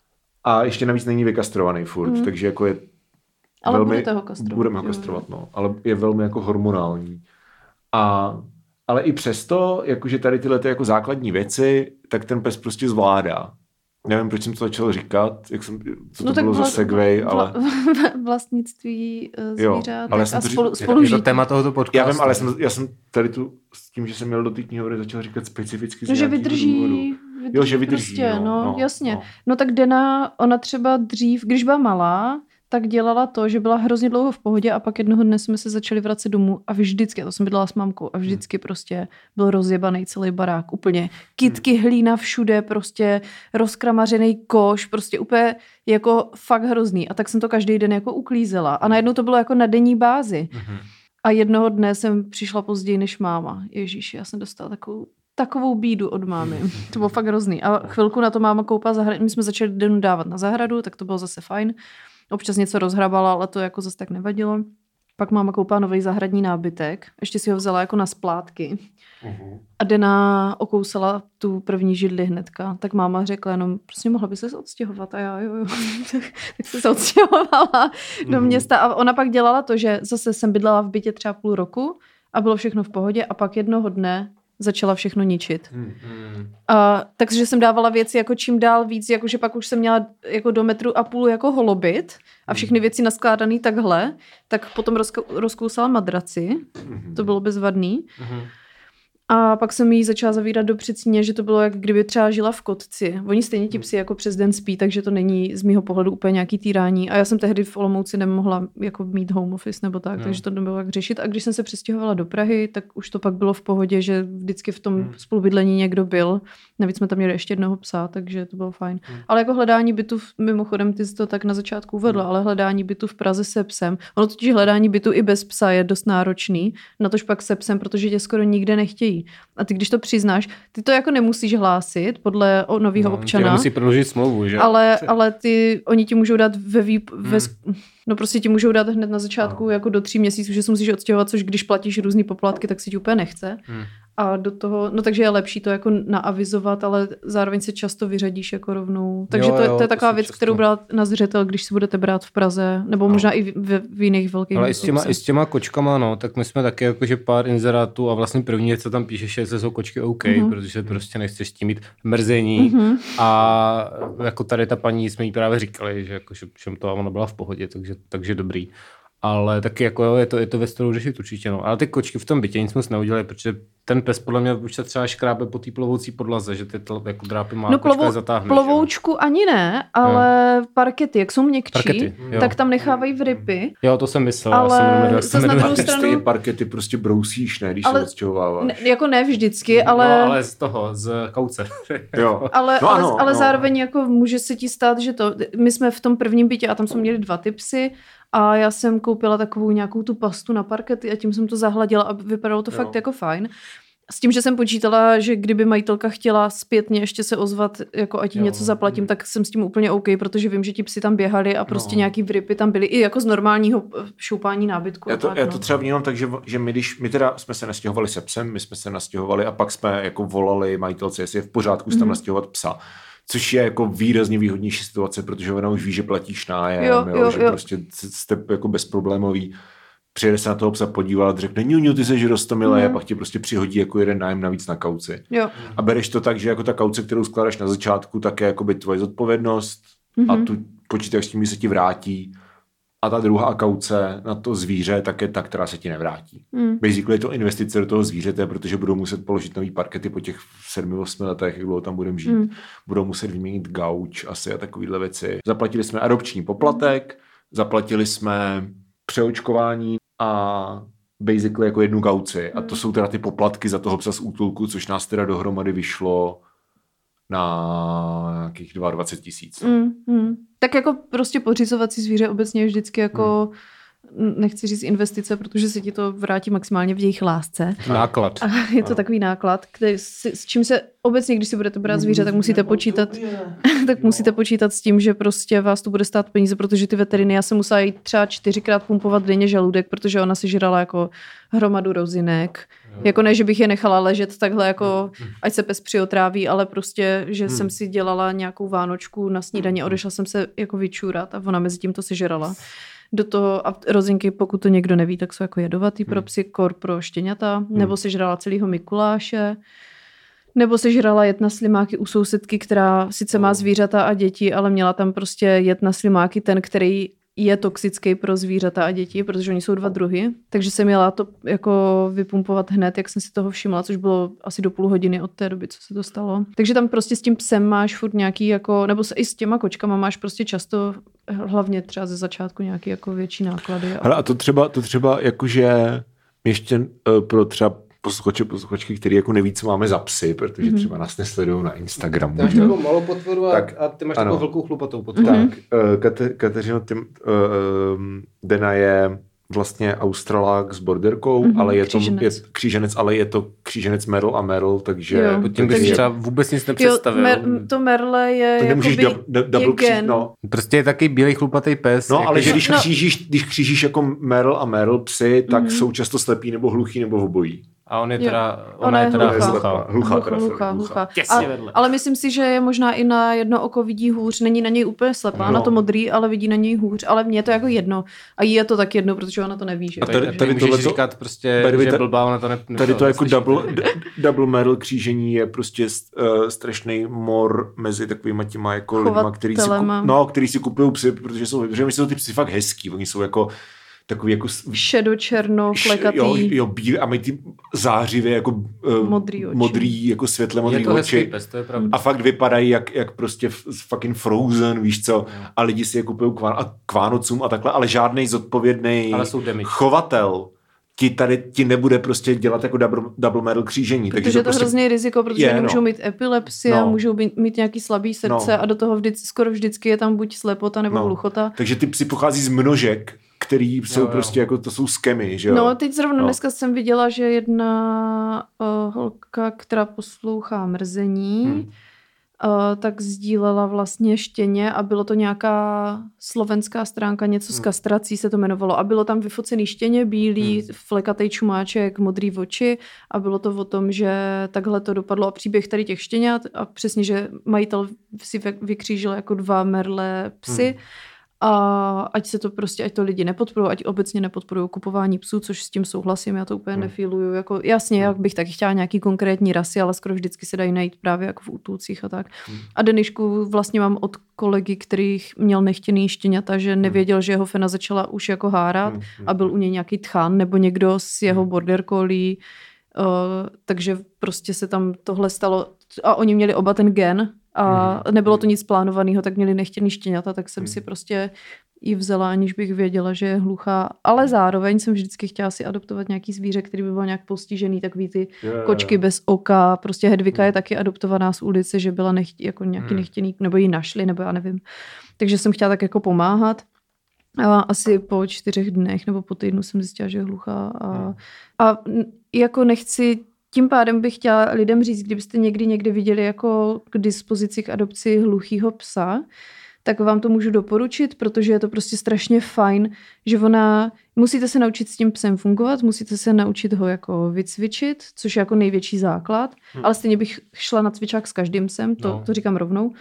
A ještě navíc není vykastrovaný furt, mm. takže jako je ale velmi... budete ho kastrovat. Budeme ho kastrovat, no. Ale je velmi jako hormonální. A ale i přesto, jakože tady tyhle ty jako základní věci, tak ten pes prostě zvládá. Nevím, proč jsem to začal říkat, jak jsem, co to no bylo vla, za segway, vla, ale... Vlastnictví zvířat a spolu, spolužití. Je to téma tohoto podcastu. Já vím, ale jsem, já jsem tady tu, s tím, že jsem měl do té knihovny, začal říkat specificky z no, že vydrží, vydrží, jo, že vydrží, prostě, no, no, no, jasně. No. no tak Dena, ona třeba dřív, když byla malá, tak dělala to, že byla hrozně dlouho v pohodě a pak jednoho dne jsme se začali vracet domů a vždycky, to jsem bydlela s mamkou a vždycky prostě byl rozjebaný celý barák, úplně kytky, hlína všude, prostě rozkramařený koš, prostě úplně jako fakt hrozný a tak jsem to každý den jako uklízela a najednou to bylo jako na denní bázi a jednoho dne jsem přišla později než máma. Ježíši, já jsem dostala takovou takovou bídu od mámy. To bylo fakt hrozný. A chvilku na to máma koupala zahradu, my jsme začali Denu dávat na zahradu, tak to bylo zase fajn. Občas něco rozhrabala, ale to jako zase tak nevadilo. pak máma koupila nový zahradní nábytek, ještě si ho vzala jako na splátky. Uh-huh. A Dena okousala tu první židli hnedka. Tak máma řekla jenom, prostě mohla by se odstěhovat. A já jo, jo. Tak se se odstěhovala do uh-huh. města. A ona pak dělala to, že zase jsem bydlela v bytě třeba půl roku a bylo všechno v pohodě a pak jednoho dne začala všechno ničit. Hmm. A, takže jsem dávala věci jako čím dál víc, jakože pak už jsem měla jako do metru a půl jako holobit a všechny věci naskládaný takhle, tak potom rozko- rozkousala madraci, hmm. to bylo bezvadný. Hmm. A pak jsem jí začala zavírat do předsíně, že to bylo, jak kdyby třeba žila v kotci. Oni stejně ti psi jako přes den spí, takže to není z mýho pohledu úplně nějaký týrání. A já jsem tehdy v Olomouci nemohla jako mít home office nebo tak, no. takže to nebylo jak řešit. A když jsem se přestěhovala do Prahy, tak už to pak bylo v pohodě, že vždycky v tom hmm. spolubydlení někdo byl. Navíc jsme tam měli ještě jednoho psa, takže to bylo fajn. Hmm. Ale jako hledání bytu, mimochodem ty jsi to tak na začátku uvedla, hmm. ale hledání bytu v Praze se psem. Ono totiž hledání bytu i bez psa je dost náročný, natož pak se psem, protože tě skoro nikde nechtějí. A ty, když to přiznáš, ty to jako nemusíš hlásit podle nového no, občana. Musí prodloužit smlouvu, že? Ale, ale ty, oni ti můžou dát ve výp... Hmm. Ve, no prostě ti můžou dát hned na začátku no. jako do tří měsíců, že se musíš odstěhovat, což když platíš různý poplatky, tak si ti úplně nechce. Hmm. A do toho, no takže je lepší to jako naavizovat, ale zároveň se často vyřadíš jako rovnou. Takže jo, to, jo, to je taková to věc, často. Kterou brát na zřetel, když si budete brát v Praze, nebo no. možná i v, v jiných velkých ale i s, těma, i s těma kočkama, no, tak my jsme taky jakože pár inzerátů a vlastně první, co tam píšeš, je, že jsou kočky OK, mm-hmm. protože prostě nechceš s tím mít mrzení mm-hmm. a jako tady ta paní jsme jí právě říkali, že jako, že to ona byla v pohodě, takže, takže dobrý. Ale taky jako jo, je to, je to věc, kterou řešit určitě. No. Ale ty kočky v tom bytě nic moc neudělali, protože ten pes podle mě už se třeba škrábe po té plovoucí podlaze, že ty tl, jako drápy má, no, kočka plovou, je zatáhne. Plovoučku že? Ani ne, ale no. parkety, jak jsou měkčí, parkety, tak tam nechávají v rypy. Jo, to jsem myslel. Ale já jsem na druhou stranu... Ty parkety prostě brousíš, ne, když ale, se odstěhováváš. Ne, jako ne vždycky, ale... No, ale z toho, z kauce. jo. Ale, no, ale, ano, ale no. zároveň jako může se ti stát, že to... My jsme v tom prvním bytě a tam jsme měli dva ty psy. A já jsem koupila takovou nějakou tu pastu na parkety a tím jsem to zahladila a vypadalo to jo. fakt jako fajn. S tím, že jsem počítala, že kdyby majitelka chtěla zpětně ještě se ozvat, jako ať jí něco zaplatím, tak jsem s tím úplně OK, protože vím, že ti psi tam běhali a prostě no. nějaký vrypy tam byly i jako z normálního šoupání nábytku. Já to, tak, já no. to třeba vnímám tak, že, že my, když my teda jsme se nastěhovali se psem, my jsme se nastěhovali a pak jsme jako volali majitelce, jestli je v pořádku mm-hmm. tam nastěhovat psa. Což je jako výrazně výhodnější situace, protože ona už ví, že platíš nájem, jo, jo, jo, že jo. prostě jste jako bezproblémový. Přijede se na toho psa podívat, řekne, ňuňu, ty seš rostomilé, mm. a pak ti prostě přihodí jako jeden nájem navíc na kauci. Jo. A bereš to tak, že jako ta kauce, kterou skládáš na začátku, tak je jakoby tvoje zodpovědnost mm-hmm. a tu počítáš s tím, že se ti vrátí. A ta druhá kauce na to zvíře, tak je ta, která se ti nevrátí. Mm. Basically je to investice do toho zvířete, protože budou muset položit nový parkety po těch sedmi, osmi letech, jak dlouho tam budeme žít. Mm. Budou muset vyměnit gauč asi a takovýhle věci. Zaplatili jsme adopční poplatek, mm. zaplatili jsme přeočkování a basically jako jednu kauci. Mm. A to jsou teda ty poplatky za toho psa z útulku, což nás teda dohromady vyšlo na nějakých dvacet dva tisíc. Mm, mm. Tak jako prostě pořizovací zvíře obecně je vždycky jako, hmm. nechci říct investice, protože se ti to vrátí maximálně v jejich lásce. Náklad. A je to ano. takový náklad, který, s, s čím se obecně, když si budete brát zvíře, tak musíte počítat, tak musíte počítat s tím, že prostě vás to bude stát peníze, protože ty veteriny, já jsem musela jít třeba čtyřikrát pumpovat denně žaludek, protože ona si žrala jako hromadu rozinek. Jo. Jako ne, že bych je nechala ležet takhle jako, ať se pes přiotráví, ale prostě, že hmm. jsem si dělala nějakou vánočku na snídaně, odešla jsem se jako vyčůrat a ona mezi tím to sežrala. Do toho, a rozinky, pokud to někdo neví, tak jsou jako jedovatý pro psy, kor pro štěňata, hmm. nebo sežrala celýho Mikuláše, nebo sežrala jet na slimáky u sousedky, která sice má zvířata a děti, ale měla tam prostě jet na slimáky ten, který je toxický pro zvířata a děti, protože oni jsou dva druhy, takže jsem měla to jako vypumpovat hned, jak jsem si toho všimla, což bylo asi do půl hodiny od té doby, co se to stalo. Takže tam prostě s tím psem máš furt nějaký jako, nebo i s těma kočkama máš prostě často, hlavně třeba ze začátku nějaký jako větší náklady. A, Hele, a to třeba, to třeba jakože ještě uh, pro třeba posluchače, posluchačky, který jako neví, co máme za psy, protože mm-hmm. třeba nás nesledují na Instagramu. Ty máš takovou malou potvoru a, tak, a ty máš ano. takovou velkou chlupatou potvoru. Tak, uh, Kate, Kateřino, ty, uh, Dena je vlastně Australák s borderkou, mm-hmm, ale je kříženec. to je kříženec, ale je to kříženec Merle a Merle, takže... Jo. Tím bych si třeba vůbec nic nepředstavil. Jo, mer, to Merle je to nemůžeš jakoby, dub, dub, double kří, no. Prostě je taky bílej chlupatý pes. No, jak ale je... že když no. křížíš, když křížíš jako Merle a Merle psy, tak mm-hmm. jsou často slepí nebo hluchý nebo obojí. A on je teda, ona, ona je teda hluchá. hluchá. Hluchá, hluchá, hluchá, hluchá. Těsně a, vedle. ale myslím si, že je možná i na jedno oko vidí hůř. Není na něj úplně slepá, no. na to modrý, ale vidí na něj hůř. Ale mně je to jako jedno. A jí je to tak jedno, protože ona to neví. Že? A tady, tady můžeš tohleto, říkat prostě, tady, že blbá, ona to ne, tady to jako double, d- double Merle křížení je prostě uh, strašný mor mezi takovýma těma jako lidma, který si, no, který si kupují psy, protože jsou, protože jsou ty psy fakt hezký. Oni jsou jako takový jako... Šedo, černo, flekatý. Jo, jo, bílý a mají ty zářivě jako uh, modrý oči. Modrý, jako světle modrý je to oči. Pes, to je pravda. A fakt vypadají jak, jak prostě fucking Frozen, víš co? A lidi si je kupují k, ván- k Vánocům a takhle, ale žádnej zodpovědný chovatel ti tady ti nebude prostě dělat jako double, double Merle křížení. Protože takže je to prostě hrozný riziko, protože je, můžou no. mít epilepsie, no. můžou mít, mít nějaký slabý srdce no. a do toho vždy, skoro vždycky je tam buď slepota nebo no. hluchota. Takže ty psi pochází z množek, který jsou jo, jo. prostě jako, to jsou skemy, že jo? No, teď zrovna no. dneska jsem viděla, že jedna uh, holka, která poslouchá Mrzení, hmm. uh, tak sdílela vlastně štěně a bylo to nějaká slovenská stránka, něco hmm. s kastrací se to jmenovalo a bylo tam vyfocený štěně, bílý, hmm. flekatej čumáček, modrý oči a bylo to o tom, že takhle to dopadlo a příběh tady těch štěňat a přesně, že majitel si vykřížil jako dva Merle psy, hmm. a ať se to prostě, ať to lidi nepodporují, ať obecně nepodporují kupování psů, což s tím souhlasím, já to úplně hmm. nefiluju. Jako, jasně, jak bych taky chtěla nějaký konkrétní rasy, ale skoro vždycky se dají najít právě jako v útulcích a tak. Hmm. A Denišku vlastně mám od kolegy, kterých měl nechtěný štěňata, že nevěděl, že jeho fena začala už jako hárat hmm. a byl u něj nějaký tchán nebo někdo z jeho border collie, uh, takže prostě se tam tohle stalo a oni měli oba ten gen, a nebylo to nic plánovaného, tak měli nechtěný štěňata, tak jsem si prostě ji vzala, aniž bych věděla, že je hluchá. Ale zároveň jsem vždycky chtěla si adoptovat nějaký zvíře, který by byl nějak postižený, takový ty yeah. kočky bez oka. Prostě Hedvika je taky adoptovaná z ulice, že byla nechtě, jako nějaký nechtěný, nebo ji našli, nebo já nevím. Takže jsem chtěla tak jako pomáhat. A asi po čtyřech dnech nebo po týdnu jsem zjistila, že je hluchá. A, a jako nechci... Tím pádem bych chtěla lidem říct, kdybyste někdy někde viděli jako k dispozici k adopci hluchýho psa, tak vám to můžu doporučit, protože je to prostě strašně fajn, že ona, musíte se naučit s tím psem fungovat, musíte se naučit ho jako vycvičit, což je jako největší základ, hmm. ale stejně bych šla na cvičák s každým psem, to, no. to říkám rovnou.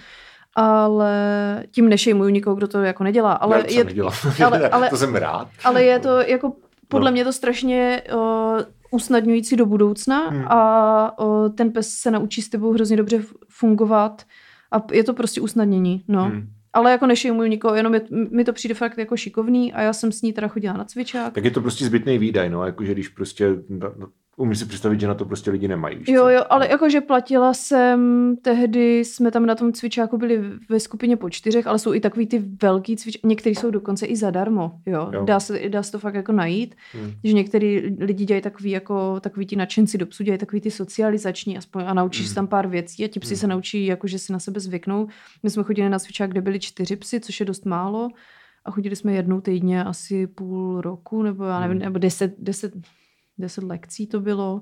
Ale tím nešejmuju nikoho, kdo to jako nedělá. Ale Já je, nedělám. ale, ale, to jsem rád. Ale je to jako podle no. mě to strašně uh, usnadňující do budoucna hmm. a uh, ten pes se naučí s tebou hrozně dobře fungovat a je to prostě usnadnění. No. Hmm. Ale jako nešejmuju nikoho, jenom je, mi to přijde fakt jako šikovný a já jsem s ní teda chodila na cvičák. Tak je to prostě zbytný výdaj, no, jakože když prostě... Umím si představit, že na to prostě lidi nemají. Víš jo, co? jo, ale jakože platila jsem, tehdy jsme tam na tom cvičáku byli ve skupině po čtyřech, ale jsou i takový ty velký cvičáky, některý jsou dokonce i zadarmo, jo. jo. Dá, se, dá se to fakt jako najít, hmm. že některý lidi dělají takový jako, takový ti nadšenci do psů, dělají takový ty socializační aspoň a naučíš hmm. se tam pár věcí a ti psi hmm. se naučí, jakože si na sebe zvyknou. My jsme chodili na cvičák, kde byli čtyři psy, což je dost málo a chodili jsme jednou týdně asi půl roku, nebo já nevím, hmm. nebo deset, deset deset lekcí to bylo.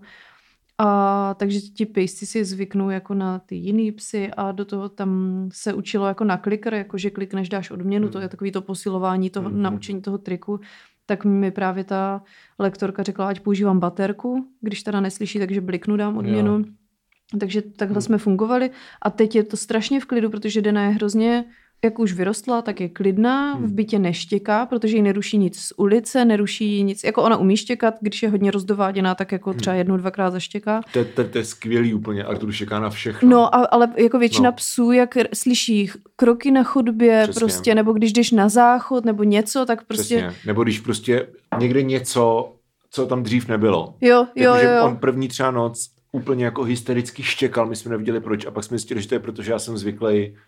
A takže ti pejsci si zvyknou jako na ty jiný psy a do toho tam se učilo jako na klikr, jakože klikneš, dáš odměnu, mm. to je takový to posilování toho, mm. naučení toho triku. Tak mi právě ta lektorka řekla, ať používám baterku, když teda neslyší, takže bliknu, dám odměnu. Jo. Takže takhle mm. jsme fungovali a teď je to strašně v klidu, protože Dena je hrozně, jak už vyrostla, tak je klidná, v bytě neštěká, protože ji neruší nic z ulice, neruší ji nic, jako ona umí štěkat, když je hodně rozdováděná, tak jako třeba jednou, dvakrát zaštěká. To, to, to je skvělý úplně, Artur štěká na všechno. No, a, ale jako většina no. psů, jak slyší kroky na chodbě, přesně. prostě, nebo když jdeš na záchod, nebo něco, tak prostě... Přesně. Nebo když prostě někde něco, co tam dřív nebylo. Jo, jo, jako, jo. jo. On první třeba noc úplně jako hystericky štěkal, my jsme neviděli proč a pak jsme zjistili, že to je proto, že já jsem zvyklý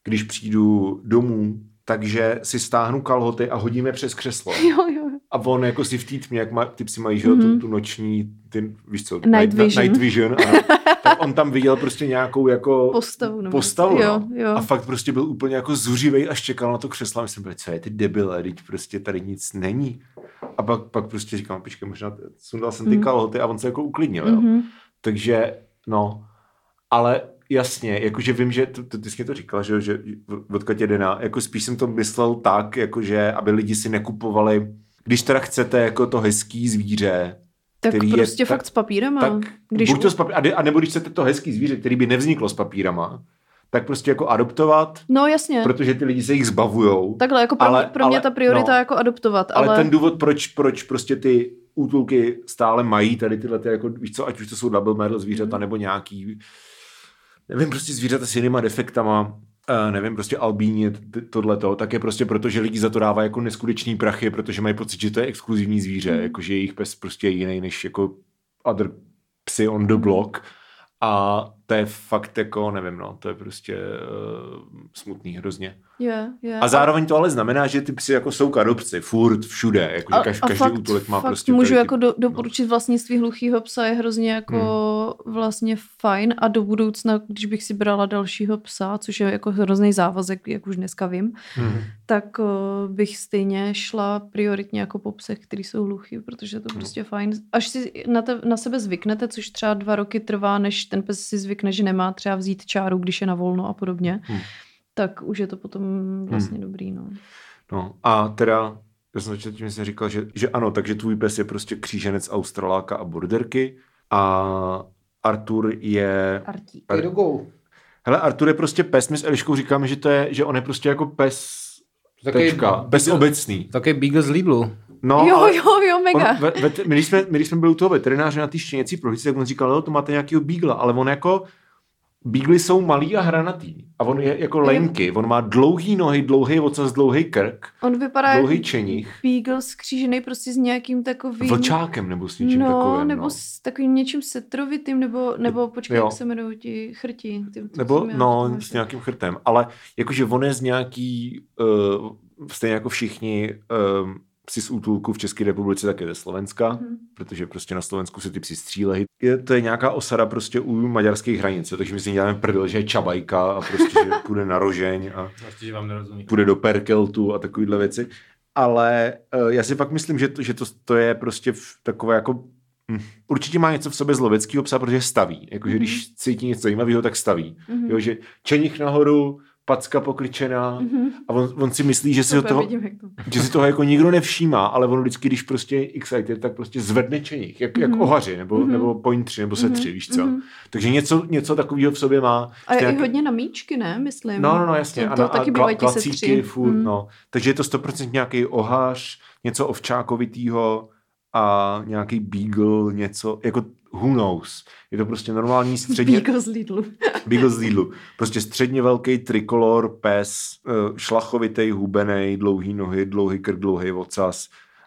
když přijdu domů, takže si stáhnu kalhoty a hodím je přes křeslo. Jo, jo. A on jako si v té tmě, jak má, ty psi mají, že jo, Mhm. tu, tu noční, ty, víš co? Night vision. Night vision, ano. Tak on tam viděl prostě nějakou jako Postavu. nebo- postavu, jo, no. jo. A fakt prostě byl úplně jako zuřivej, až čekal na to křeslo. A my jsme byli, co je ty debile, teď prostě tady nic není. A pak, pak prostě říkám, počkej, možná sundal jsem ty Mhm. kalhoty a on se jako uklidnil, jo. Mhm. Takže, no, ale jasně, jakože vím, že to, to, ty jsi mě to říkala, že, že odkud je Dena, jako spíš jsem to myslel tak, jakože aby lidi si nekupovali, když teda chcete jako to hezký zvíře, Tak který prostě je, fakt tak, s papírama. tak Když buď to s papí- a, de, a nebo když chcete to hezký zvíře, který by nevzniklo s papírama, tak prostě jako adoptovat, No jasně. protože ty lidi se jich zbavujou. Takhle, jako pro, ale- mě, pro mě ale- ta priorita no. je jako adoptovat, Ale, ale... ten důvod, proč, proč prostě ty útulky stále mají tady tyhle, ty, jako, víš co, ať už to jsou double medal zvířata, Mhm. nebo nějaký, nevím, prostě zvířata s jinýma defektama, uh, nevím, prostě albíni, t- tohleto, tak je prostě proto, že lidi za to dávají jako neskutečný prachy, protože mají pocit, že to je exkluzivní zvíře, Mhm. jakože jejich pes prostě je jiný než jako other psy on the block. A to je fakt jako, nevím, no, to je prostě uh, smutný hrozně. Je, je. A zároveň to ale znamená, že ty psy jako jsou k adopci, furt, všude, jako, že kaž, každý fakt, útulek má fakt prostě... můžu tady ty- jako do, doporučit vlastnictví hluchýho psa, je hrozně jako Hmm. vlastně fajn a do budoucna, když bych si brala dalšího psa, což je jako hrozný závazek, jak už dneska vím, Hmm. tak uh, bych stejně šla prioritně jako po psech, který jsou hluchý, protože je to Hmm. prostě fajn. Až si na, te, na sebe zvyknete, což třeba dva roky trvá, než ten pes si zvykne, že nemá třeba vzít čáru, když je na volno a podobně, Hmm. tak už je to potom vlastně dobrý, no. No a teda, já jsem začal tím, že jsem říkal, že, že ano, takže tvůj pes je prostě kříženec Australáka a borderky a Artur je... Artík. Ar- Dogou. Hele, Artur je prostě pes, my s Eliškou říkáme, že to je, že on je prostě jako pes, Takový tečka, pes beagle- obecný. Takový beagle z Lidlu. No, Jo, ale jo, jo, mega. on, ve, ve, my, když jsme, my, když jsme byli u toho veterináře na té štěněcí prohlídce, tak on říkal, jo, to máte nějakýho beagla, ale on jako, beagly jsou malý a hranatý a on je jako lenky, on má dlouhý nohy, dlouhý ocas, dlouhý krk, On vypadá dlouhý jako čenich, beagle skřížený prostě s nějakým takovým... vlčákem nebo s něčím no, takovým. nebo no. s takovým něčím setrovitým, nebo, nebo počkej, Jo. jak se jmenují ti chrti. Ty, ty Nebo, jsem já no, říkala, s že- nějakým chrtem. Ale jakože on je z nějaký, uh, stejně jako všichni uh, psi z útulku v České republice, tak je ze Slovenska, Mhm. protože prostě na Slovensku se ty psi střílejí. Je, to je nějaká osada prostě u maďarských hranic, takže my si děláme prdel, že je čabajka a prostě, že půjde na Rožeň a Vlastně, že vám nerozumí. půjde do Perkeltu a takovýhle věci. Ale uh, já si fakt myslím, že to, že to, to je prostě v takové jako hm, určitě má něco v sobě z loveckého psa, protože staví. Jakože Mhm. když cítí něco zajímavého, tak staví. Mhm. Jo, že čenich nahoru, packa pokličená Mhm. a on, on si myslí, že si, ho Super, toho, vidím, jak to... že si toho jako nikdo nevšímá, ale on vždycky, když prostě je excited, tak prostě zvedne čenich, jak, jak Mhm. ohaři, nebo, Mhm. nebo pointři, nebo setři, Mhm. víš co. Mhm. Takže něco, něco takového v sobě má. A je Nějaký- i hodně na míčky, ne? Myslím. No, no, no, jasně. To, to a, taky a bývají ti klacíky setři. furt, Mm. no. Takže je to sto procent nějaký ohář, něco ovčákovitýho a nějaký beagle, něco, jako who knows. Je to prostě normální středně... Beagle z Lidlu. Beagle z Lidlu. Prostě středně velký trikolor, pes, eh, šlachovitej, hubenej, dlouhý nohy, dlouhý krk, dlouhý ocas.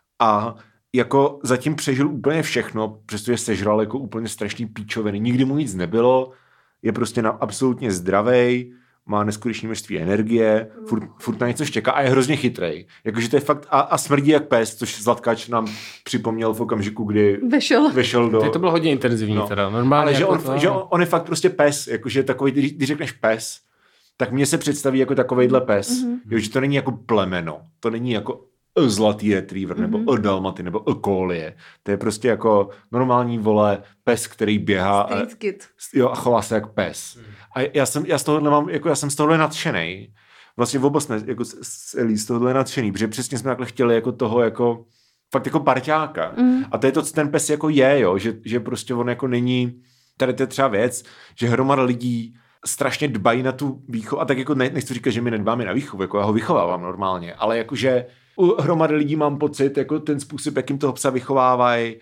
A jako zatím přežil úplně všechno, přestože sežral jako úplně strašný píčoviny. Nikdy mu nic nebylo, je prostě na, absolutně zdravej, má neskutečné množství energie, furt, furt na něco štěká a je hrozně chytrej. Jakože to je fakt a, a smrdí jak pes, což Zlatkáč nám připomněl v okamžiku, kdy Vešel. vešel do... Teď to bylo hodně intenzivní No. teda. Normálně Ale že jako on, to, že on, on je fakt prostě pes, jakože takový, když, když řekneš pes, tak mně se představí jako takovejhle pes, Mhm. mm-hmm. jo, že to není jako plemeno, to není jako a zlatý retriever, mm-hmm. nebo a dalmaty, nebo a kolie. To je prostě jako normální, vole, pes, který běhá a, Street kid. jo, a chová se jak pes. A já jsem, já z tohohle mám, jako já jsem z tohohle nadšenej. Vlastně oba jsme jako s, s Elí z tohohle nadšený, protože přesně jsme takhle chtěli jako toho jako fakt jako parťáka. Mm. A to je to, co ten pes jako je, jo, že, že prostě on jako není, tady to je třeba věc, že hromada lidí strašně dbají na tu výchovu, a tak jako ne, nechci říkat, že my nedbáme na výchovu, jako já ho vychovávám normálně, ale jakože u hromady lidí mám pocit, jako ten způsob, jakým toho psa vychovávají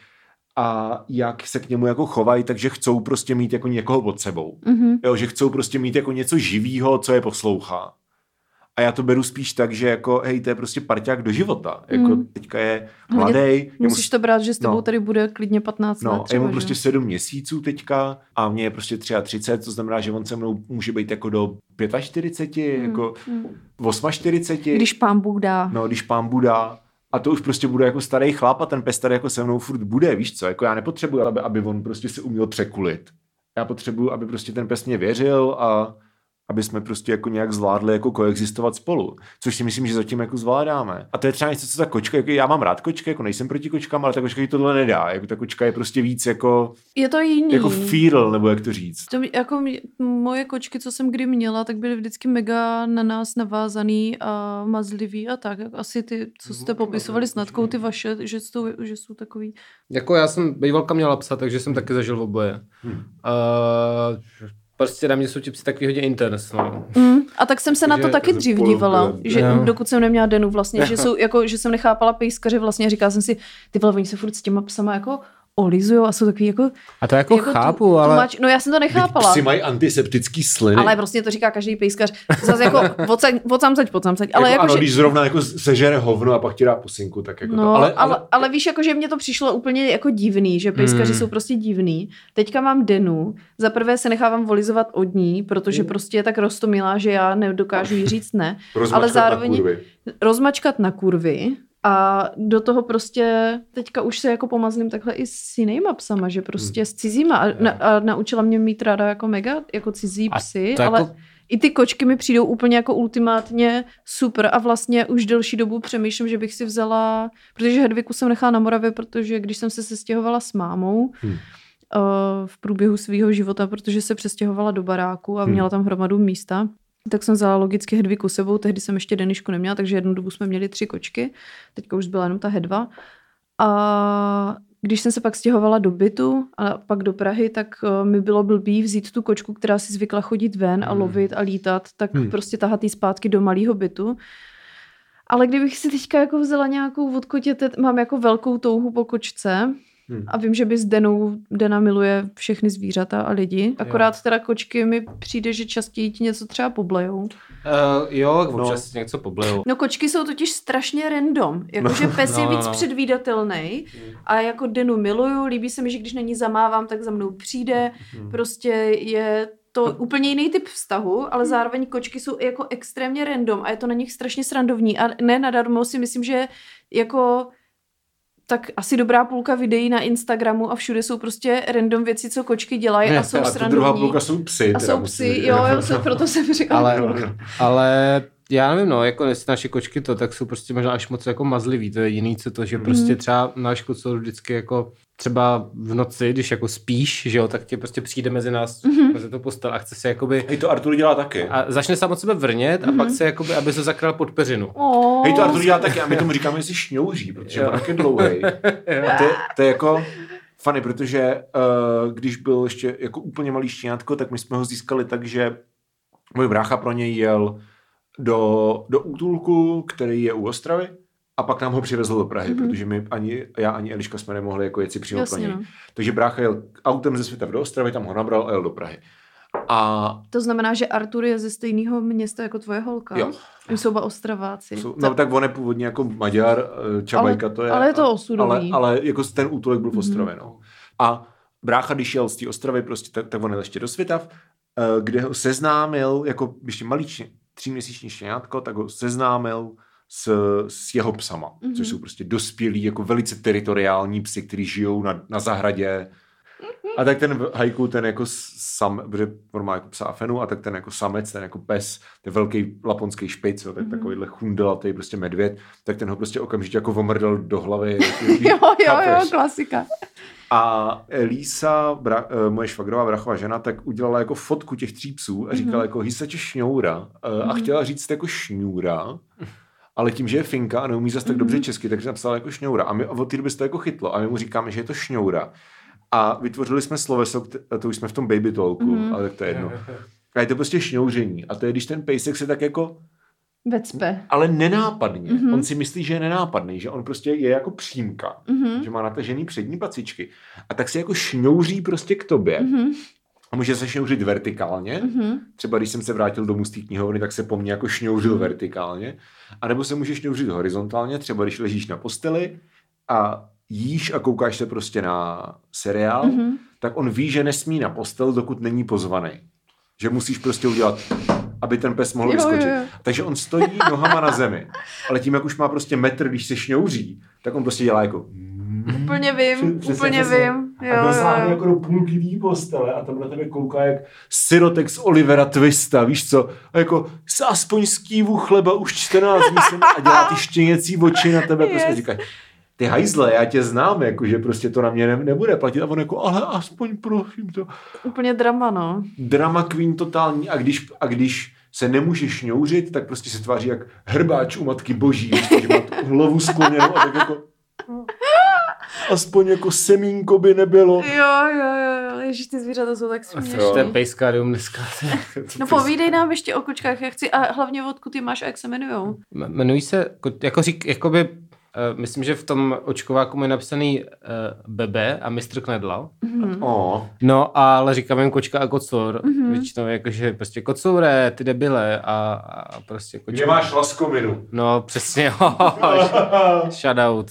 a jak se k němu jako chovají, takže chcou prostě mít jako někoho pod sebou. Mhm. Jo, že chcou prostě mít jako něco živýho, co je poslouchá. A já to beru spíš tak, že jako, hej, to je prostě parťák do života. Jako Mm. teďka je mladej. Musíš to brát, že s tebou no. tady bude klidně patnáct No, let. a je mu třeba, prostě že? sedm měsíců teďka a mě je prostě třicet tři, to znamená, že on se mnou může být jako do čtyřicet pět, Mm. jako Mm. čtyřicet osm. Když pán Bůh dá. No, když pán Bůh dá. A to už prostě bude jako starý chlap a ten pes tady jako se mnou furt bude, víš co? Jako já nepotřebuji, aby, aby on prostě se uměl překulit. Já potřebuji, aby prostě ten pes mě věřil a aby jsme prostě jako nějak zvládli jako koexistovat spolu. Což si myslím, že zatím jako zvládáme. A to je třeba něco, co ta kočka, jako já mám rád kočky, jako nejsem proti kočkám, ale ta kočka jí tohle nedá. Jako ta kočka je prostě víc jako Je to jiný. jako fídl, nebo jak to říct. To, jako mě, moje kočky, co jsem kdy měla, tak byly vždycky mega na nás navázaný a mazlivý a tak. Asi ty, co jste popisovali s Natkou, ty vaše, že jsou, že jsou takový. Jako já jsem bývalka měla psa, takže jsem taky zažil oboje. Hmm. Uh, Prostě na mě jsou ti psi takový hodně intens, no. Mm, a tak jsem se na to taky dřív dívala, že no. dokud jsem neměla Denu vlastně, že, jsou, jako, že jsem nechápala pejskaře vlastně, říkala jsem si, ty vole, oni se furt s těma psama jako olizujou a jsou takový jako... A to jako, jako chápu, tu, ale... Tumač, no já jsem to nechápala. Psi mají antiseptický sliny. Ale prostě to říká každý pejskař. Zase jako odsamceď, podsamceď. Ale jako, jako, ano, že... když zrovna jako sežere hovno a pak ti dá pusinku, tak jako no, to. Ale, ale... ale, ale víš, jako, že mně to přišlo úplně jako divný, že pejskaři hmm. jsou prostě divný. Teďka mám Denu. Za prvé se nechávám volizovat od ní, protože hmm. prostě je tak roztomilá, že já nedokážu jí říct ne. Ale zároveň na rozmačkat na kurvy. A do toho prostě teďka už se jako pomazlím takhle i s jinýma psama, že prostě hmm. s cizíma. A, na, a naučila mě mít ráda jako mega, jako cizí psy, ale jako... i ty kočky mi přijdou úplně jako ultimátně super a vlastně už delší dobu přemýšlím, že bych si vzala, protože Hedviku jsem nechala na Moravě, protože když jsem se sestěhovala s mámou hmm. uh, v průběhu svého života, protože se přestěhovala do baráku a měla tam hromadu místa, tak jsem vzala logicky Hedviku sebou, tehdy jsem ještě Denišku neměla, takže jednu dobu jsme měli tři kočky, teďka už byla jenom ta Hedva. A když jsem se pak stěhovala do bytu a pak do Prahy, tak uh, mi bylo blbý vzít tu kočku, která si zvykla chodit ven a lovit a lítat, tak hmm. prostě tahat jí zpátky do malého bytu. Ale kdybych si teďka jako vzala nějakou od kotěte, mám jako velkou touhu po kočce, Hmm. a vím, že by s Denou, Dena miluje všechny zvířata a lidi. Akorát teda kočky mi přijde, že častěji ti něco třeba poblejou. Uh, jo, občas no. něco poblejou. No kočky jsou totiž strašně random. Jakože pes no, je víc no, no. předvídatelný hmm. a jako Denu miluju. Líbí se mi, že když na ní zamávám, tak za mnou přijde. Hmm. Prostě je to úplně jiný typ vztahu, ale zároveň kočky jsou jako extrémně random a je to na nich strašně srandovní. A ne nadarmo si myslím, že jako... tak asi dobrá půlka videí na Instagramu a všude jsou prostě random věci, co kočky dělají a jsou srandovní. A druhá půlka jsou psy. A jsou psy, jo, jo, jsou, proto jsem říkala. Ale, ale já nevím, no, jako jestli naše kočky to, tak jsou prostě možná až moc jako mazlivý, to je jiný, co to, že prostě třeba náš kocor vždycky jako třeba v noci, když jako spíš, že jo, tak tě prostě přijde mezi nás, mm-hmm. mezi to postel a chce se jakoby... Hej, to Artur dělá taky. A začne sám od sebe vrnět mm-hmm. a pak se jakoby, aby se zakrál pod peřinu. Oh, Hej, to Artur dělá taky a my tomu říkáme, že si šňouří, protože on je dlouhej. A to, to je jako funny, protože uh, když byl ještě jako úplně malý štěňátko, tak my jsme ho získali tak, že můj brácha pro něj jel do, do útulku, který je u Ostravy, a pak nám ho přivezl do Prahy, mm-hmm. protože my ani, já ani Eliška jsme nemohli jako jet si přímo pro něj. No. Takže brácha jel autem ze Svitav do Ostravy, tam ho nabral a jel do Prahy. A... To znamená, že Artur je ze stejného města jako tvoje holka? Jo. Oni jsou oba Ostraváci. Jsou, no tak on je původně jako Maďar, Čabajka ale, to je. Ale je to osudový. Ale, ale jako ten útulek byl v Ostravě, mm-hmm. no. A brácha, když jel z té Ostravy, prostě, tak, tak on jel ještě do Svitav, kde ho seznámil, jako ještě malý tříměsíční štěňátko, tak ho seznámil s, s jeho psama, mm-hmm. což jsou prostě dospělí, jako velice teritoriální psi, kteří žijou na, na zahradě. A tak ten hajku, ten jako sam, protože on má jako psa Afenu, a tak ten jako samec, ten jako pes, ten velký laponský špic, jo, tak mm-hmm. takovýhle chundelatý prostě medvěd, tak ten ho prostě okamžitě jako omrdal do hlavy. jo, jo, jo, klasika. A Lísa, bra, moje švagrová brachová žena, tak udělala jako fotku těch tří psů a říkala mm-hmm. jako hysače šňoura a mm-hmm. chtěla říct jako šňůra, ale tím, že je Finka a neumí zase tak mm-hmm. dobře česky, takže napsala jako šňoura. A my od té doby se to jako chytlo a my mu říkáme, že je to šňoura. A vytvořili jsme sloveso, to už jsme v tom baby talku, mm-hmm. ale tak to je jedno. A je to prostě šňouření. A to je, když ten pejsek se tak jako... Vecpe. Ale nenápadně. Mm-hmm. On si myslí, že je nenápadný, že on prostě je jako přímka. Mm-hmm. Že má natažený přední pacičky. A tak se jako šňouří prostě k tobě. Mm-hmm. A může se šňouřit vertikálně. Mm-hmm. Třeba když jsem se vrátil domů z té knihovny, tak se po mně jako šňouřil vertikálně. A nebo se může šňouřit horizontálně, třeba když ležíš na posteli a jíš a koukáš se prostě na seriál, mm-hmm. tak on ví, že nesmí na postel, dokud není pozvaný. Že musíš prostě udělat, aby ten pes mohl jo, vyskočit. Jo, jo. Takže on stojí nohama na zemi. Ale tím, jak už má prostě metr, když se šňouří, tak on prostě dělá jako... Úplně vím, Přesně, úplně přesně. vím. Jo, a dosáhne jako do půlky tý postele a tam na tebe kouká jak sirotek z Olivera Twista, víš co? A jako s aspoň z kývu chleba už čtrnáct dní jsem a dělá ty štěněcí oči na tebe. Yes. Prostě říkají, ty hajzle, já tě znám, jako, že prostě to na mě ne, nebude platit. A on jako, ale aspoň prosím to. Úplně drama, no. Drama queen totální. A když, a když se nemůže šňouřit, tak prostě se tváří jak hrbáč u Matky Boží. Víš, že má tu hlavu skloněnou a tak jako... Aspoň jako semínko by nebylo. Jo, jo, jo. Ježíš, ty zvířata jsou tak směšný. To je pejskárium dneska. No povídej nám ještě o kočkách, jak chci. A hlavně odkud ty máš a jak se jmenujou? Jmenují se, jako řík, jakoby... Uh, myslím, že v tom očkováku je napsaný uh, Bebe a mistr Knedla. Mm-hmm. Oh. No, ale říkám jen kočka a kocour. Mm-hmm. Většinou jakože prostě kocoure, ty debile a, a prostě kočka. Kde máš laskominu? No, přesně. Shoutout.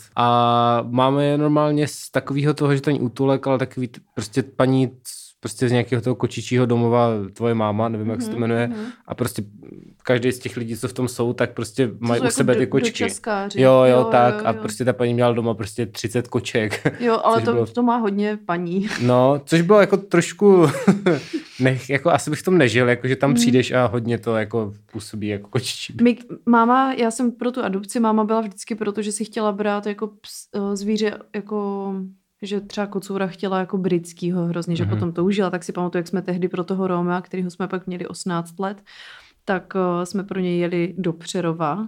A máme je normálně z takového toho, že to není útulek, ale takový t- prostě paní prostě z nějakého toho kočičího domova tvoje máma, nevím, jak se to jmenuje. Mm-hmm. A prostě každý z těch lidí, co v tom jsou, tak prostě mají u jako sebe ty kočky. Jo, jo, jo, tak. Jo, jo. A prostě ta paní měla doma prostě třicet koček. Jo, ale to, bylo... to má hodně paní. No, což bylo jako trošku, nech, jako asi bych v tom nežil, jako že tam mm. přijdeš a hodně to jako působí jako kočičí. My, máma, já jsem pro tu adopci, máma byla vždycky proto, že si chtěla brát jako ps, zvíře, jako... že třeba kocoura chtěla jako britskýho hrozně, že mm-hmm. potom toužila, tak si pamatuju, jak jsme tehdy pro toho Róma, kterýho jsme pak měli osmnáct let, tak uh, jsme pro něj jeli do Přerova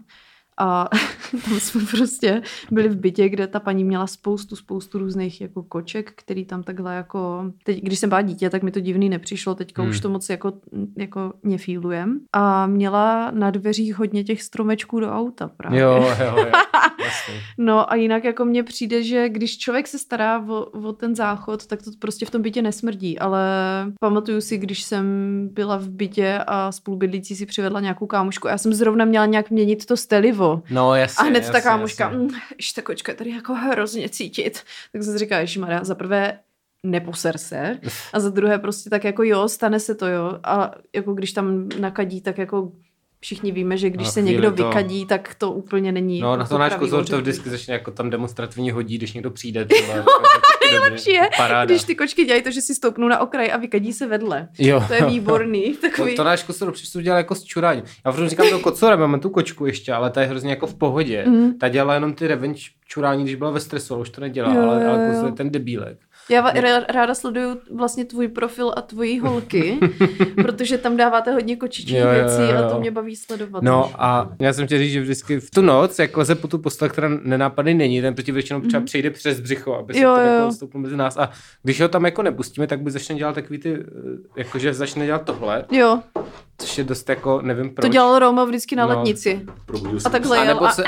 a tam jsme prostě byli v bytě, kde ta paní měla spoustu, spoustu různých jako koček, který tam takhle jako, teď, když jsem byla dítě, tak mi to divný nepřišlo, teďka hmm. už to moc jako, jako nefílujem. A měla na dveřích hodně těch stromečků do auta právě. Jo, jo, jo. Jasně. No a jinak jako mně přijde, že když člověk se stará o, o ten záchod, tak to prostě v tom bytě nesmrdí, ale pamatuju si, když jsem byla v bytě a spolubydlící si přivedla nějakou kámošku a já jsem zrovna měla nějak měnit to stelivo. No jasně, a hned jasně, ta kámoška, jasně. Mm, ještě ta kočka je tady jako hrozně cítit. Tak jsem si říkala, ježišmarja, za prvé neposer se a za druhé prostě tak jako jo, stane se to jo a jako když tam nakadí, tak jako všichni víme, že když no, se někdo to... vykadí, tak to úplně není. No, jako na to náš kozor to vždycky začne jako tam demonstrativně hodí, když někdo přijde. Nejlepší je, když ty kočky dělají to, že si stoupnou na okraj a vykadí se vedle. Jo. To je výborný. Takový... To, to náš kozor přesto dělal jako s čuráním. Já protože říkám to kocora, máme tu kočku ještě, ale ta je hrozně jako v pohodě. Mm. Ta dělala jenom ty revenge čurání, když byla ve stresu, ale už to nedělá, jo, ale, ale kozor je ten debílek. Já ráda sleduju vlastně tvůj profil a tvojí holky, protože tam dáváte hodně kočičích jo, věcí jo, jo. a to mě baví sledovat. No a já jsem chtěl říct, že vždycky v tu noc, jak leze po tu postel, která nenápadný není, ten proti většinou třeba mm-hmm. přejde přes břicho, aby se jo, to jo. jako stoupil mezi nás a když ho tam jako nepustíme, tak by začne dělat takový ty, jakože začne dělat tohle. Jo. Což je dost jako, nevím proč. To dělal Roma vždycky na no. letnici. Probudil a takhle jel a... Se...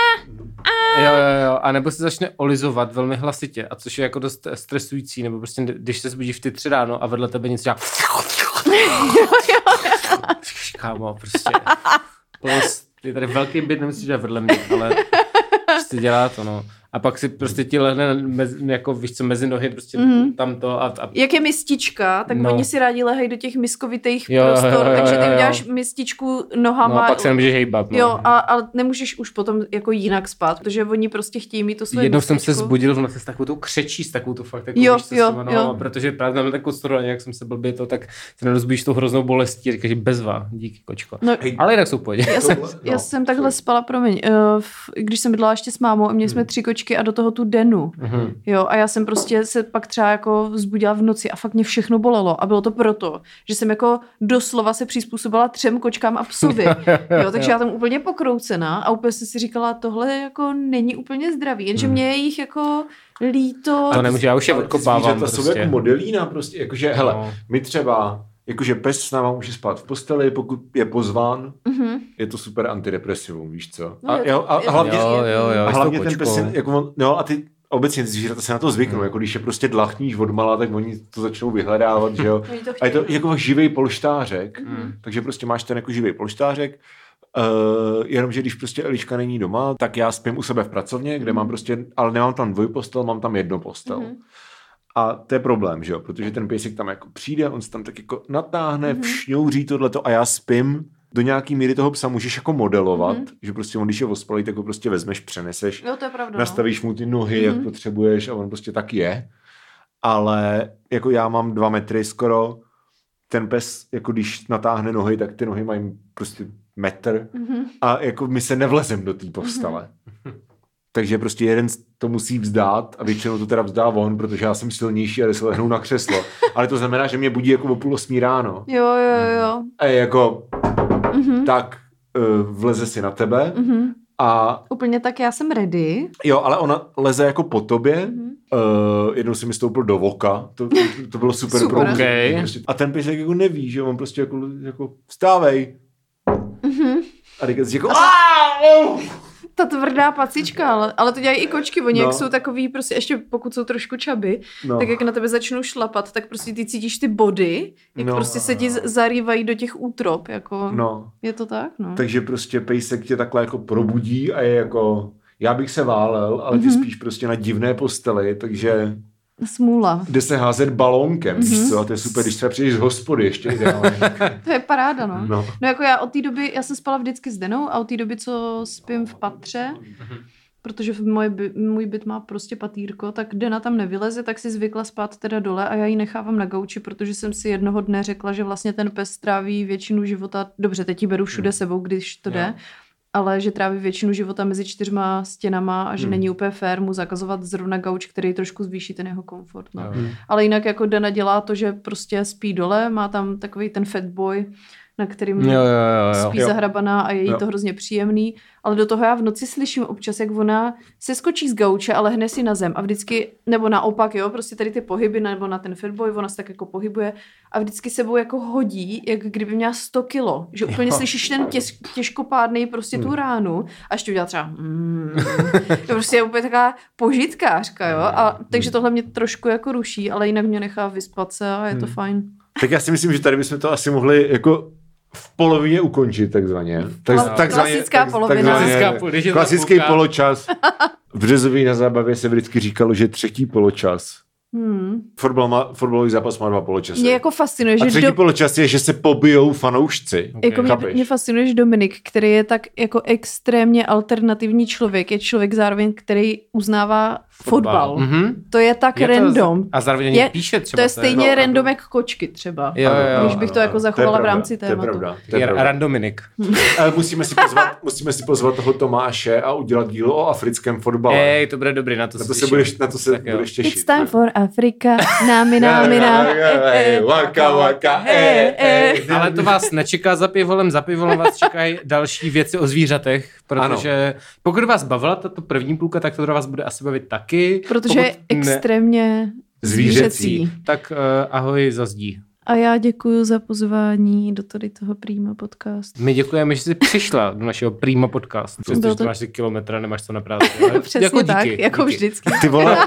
Jo, jo, jo, a nebo se začne olizovat velmi hlasitě, a což je jako dost stresující, nebo prostě když se zbudí v ty tři ráno a vedle tebe něco dělá. Kámo, prostě. Je tady velký byt, nemyslím, že je vedle mě, ale prostě dělá to, no. A pak si prostě ti lehne mezi, jako, víš co, mezi nohy, prostě mm. tam to a, a... Jak je mistička, tak no. oni si rádi lehají do těch miskovitých jo, prostor, jo, jo, takže ty jo, jo. uděláš mističku nohama. No a pak se nemůžeš hejbat. No. Jo, a, a nemůžeš už potom jako jinak spát, protože oni prostě chtějí mít to svoje Jednou mističku. jsem se zbudil v noci s takovou tou křečí, s takovou tu fakt, jako jo, víš, jo, no, jo. protože právě tam takovou stranu, jak jsem se blbě to, tak se nerozbíjíš tou hroznou bolestí a říkáš, bezva, díky kočko. No, ale jinak jsou pohodě. Já jsem, já no, jsem takhle spala, promiň, uh, když jsem bydlela ještě s mámou a měli jsme hmm. tři kočky a do toho tu Denu. Mm-hmm. Jo, a já jsem prostě se pak třeba jako vzbudila v noci a fakt mě všechno bolelo a bylo to proto, že jsem jako doslova se přizpůsobila třem kočkám a psovi. Jo, takže já tam úplně pokroucená a úplně jsem si říkala, tohle jako není úplně zdravý, jenže mm. mě je jich jako líto. To nemůže, já už je odkopávám. To jsou jako modelína prostě, jakože hele, no. my třeba jakože pes s náma může spát v posteli, pokud je pozván, mm-hmm. je to super antidepresivum, víš co? No, a, jo, a, a hlavně, jo, jo, jo, a hlavně ten pes, jako on, no a ty obecně ty zvířata se na to zvyknou, hmm. jako když je prostě dlachníš odmala, tak oni to začnou vyhledávat, že jo. A je to jako živý polštářek, hmm. takže prostě máš ten jako živý polštářek, uh, jenomže když prostě Eliška není doma, tak já spím u sebe v pracovně, kde hmm. mám prostě, ale nemám tam dvojpostel, mám tam jedno postel. Hmm. A to je problém, že jo, protože ten pejsek tam jako přijde, on se tam tak jako natáhne, hmm. všňouří tohleto a já spím. Do nějaký míry toho psa můžeš jako modelovat, mm-hmm. že prostě on, když je ospalý, tak ho prostě vezmeš, přeneseš, jo, to je pravda, nastavíš no. mu ty nohy, mm-hmm. jak potřebuješ a on prostě tak je. Ale jako já mám dva metry skoro, ten pes, jako když natáhne nohy, tak ty nohy mají prostě metr mm-hmm. a jako my se nevlezem do té postele. Mm-hmm. Takže prostě jeden to musí vzdát a většinou to teda vzdá on, protože já jsem silnější a jde se lehnou na křeslo. Ale to znamená, že mě budí jako o půl osmí ráno. Jo, jo, jo. A je jako... Mm-hmm. tak uh, vleze si na tebe mm-hmm. a... Úplně tak já jsem ready. Jo, ale ona leze jako po tobě. Mm-hmm. Uh, jednou si mi stoupil do voka. To, to, to bylo super. super. Pro okay. prostě. A ten pejsek jako neví, že on prostě jako, jako vstávej. Mm-hmm. A říká si jako... A ta tvrdá pacička, ale, ale to dělají i kočky, oni no. jak jsou takový, prostě ještě pokud jsou trošku čaby, no. tak jak na tebe začnou šlapat, tak prostě ty cítíš ty body, jak no. prostě se ti zarývají do těch útrop, jako no. je to tak, no. Takže prostě pejsek tě takhle jako probudí a je jako, já bych se válel, ale ty mm-hmm. spíš prostě na divné posteli, takže... Smůla. Jde se házet balónkem, mm-hmm. co? A to je super, když třeba přijdeš z hospody ještě ideálně. To je paráda, no. no. No jako já od té doby, já jsem spala vždycky s Denou a od té doby, co spím v patře, mm-hmm. protože moje, můj byt má prostě patýrko, tak Dena tam nevyleze, tak si zvykla spát teda dole a já ji nechávám na gauči, protože jsem si jednoho dne řekla, že vlastně ten pes tráví většinu života, dobře, teď ji beru všude sebou, když to jde, yeah. ale že tráví většinu života mezi čtyřma stěnama a že hmm. není úplně fér mu zakazovat zrovna gauč, který trošku zvýší ten jeho komfort. No. Hmm. Ale jinak jako Dana dělá to, že prostě spí dole, má tam takový ten fat boy, na kterým jo, jo, jo, jo. spí jo. zahrabaná a je jí jo. to hrozně příjemný. Ale do toho já v noci slyším občas, jak ona se skočí z gauče a lehne si na zem a vždycky, nebo naopak, jo, prostě tady ty pohyby, nebo na ten fatboy, ona se tak jako pohybuje a vždycky sebou jako hodí, jak kdyby měla sto kilo, že úplně jo. slyšíš ten těž, těžkopádnej prostě tu ránu a ještě udělá třeba mm, to prostě je úplně taková požitkářka, jo, a takže tohle mě trošku jako ruší, ale jinak mě nechá vyspat se a je to hmm. fajn. Tak já si myslím, že tady bychom to asi mohli jako v polovině ukončit, takzvaně. Tak, no, takzvaně klasická tak, polovina. Takzvaně, klasická, klasický poločas. V Březový na zábavě se vždycky říkalo, že třetí poločas. Hmm. Fotbal má, fotbalový zápas má dva poločasy. Mě jako fascinuje, že... A třetí do... poločas je, že se pobijou fanoušci. Okay. Jako mě, mě fascinuje, že Dominik, který je tak jako extrémně alternativní člověk, je člověk zároveň, který uznává fotbal. fotbal. Mm-hmm. To je tak je random. To, a zároveň je, píše třeba. To je stejně no, random jak kočky třeba. Jo, jo, když bych to jako zachovala v rámci tématu. To je pravda. To je randominik. musíme, si pozvat, musíme si pozvat toho Tomáše a udělat dílo o africkém fotbale. Ej, to bude dobrý, na to, na to se budeš, na to se budeš těšit. It's time for Afrika, námi, námi, námi. Waka, waka, eh, eh. Ale to vás nečeká za pivolem, za pivolem vás čekají další věci o zvířatech, protože ano. pokud vás bavila tato první půlka, tak to do vás bude asi bavit taky. Protože je extrémně zvířecí. Tak uh, ahoj za zdí. A já děkuji za pozvání do tady toho Prima podcastu. My děkujeme, že jsi přišla do našeho Prima podcastu. Přestože to... máš si kilometra, nemáš co na práci. Přesně jako díky, tak, jako díky. Vždycky. Ty vole.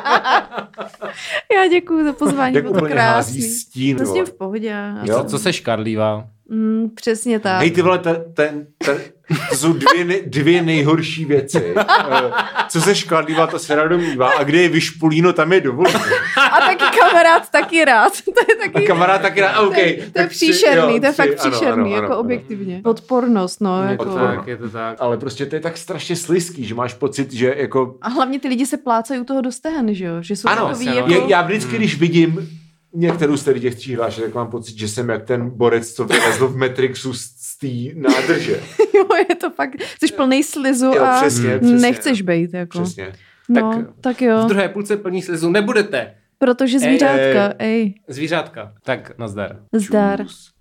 Já děkuji za pozvání, bylo to krásný. Stín, to s tím v pohodě. Co, co se škádlívá? Mm, přesně tak. Hej ty vole, ten, ten, ten, to jsou dvě, ne, dvě nejhorší věci. Co se škádlívá, to se radomívá. A kde je vyšpulíno, tam je dovolený. A taky kamarád taky rád. To je taky, a kamarád taky rád, OK. To je, to je příšerný, jo, to je fakt ano, příšerný, ano, jako ano, objektivně. Ano. Odpornost, no. Jako. Tak, je to tak. Ale prostě to je tak strašně slizký, že máš pocit, že jako... A hlavně ty lidi se plácají u toho do stehen, že jo? Že jsou ano, takový ano. jako... Já vždycky, když vidím některou z těch tří hlášek, tak mám pocit, že jsem jak ten borec, co vylezl v Matrixu z té nádrže. Jo, je to fakt, jsi plnej slizu jo, a přesně, přesně, nechceš bejt. Jako. Přesně. No, tak, tak jo. V druhé půlce plní slizu nebudete. Protože zvířátka, ej. ej. Zvířátka. Tak nazdar. Zdar.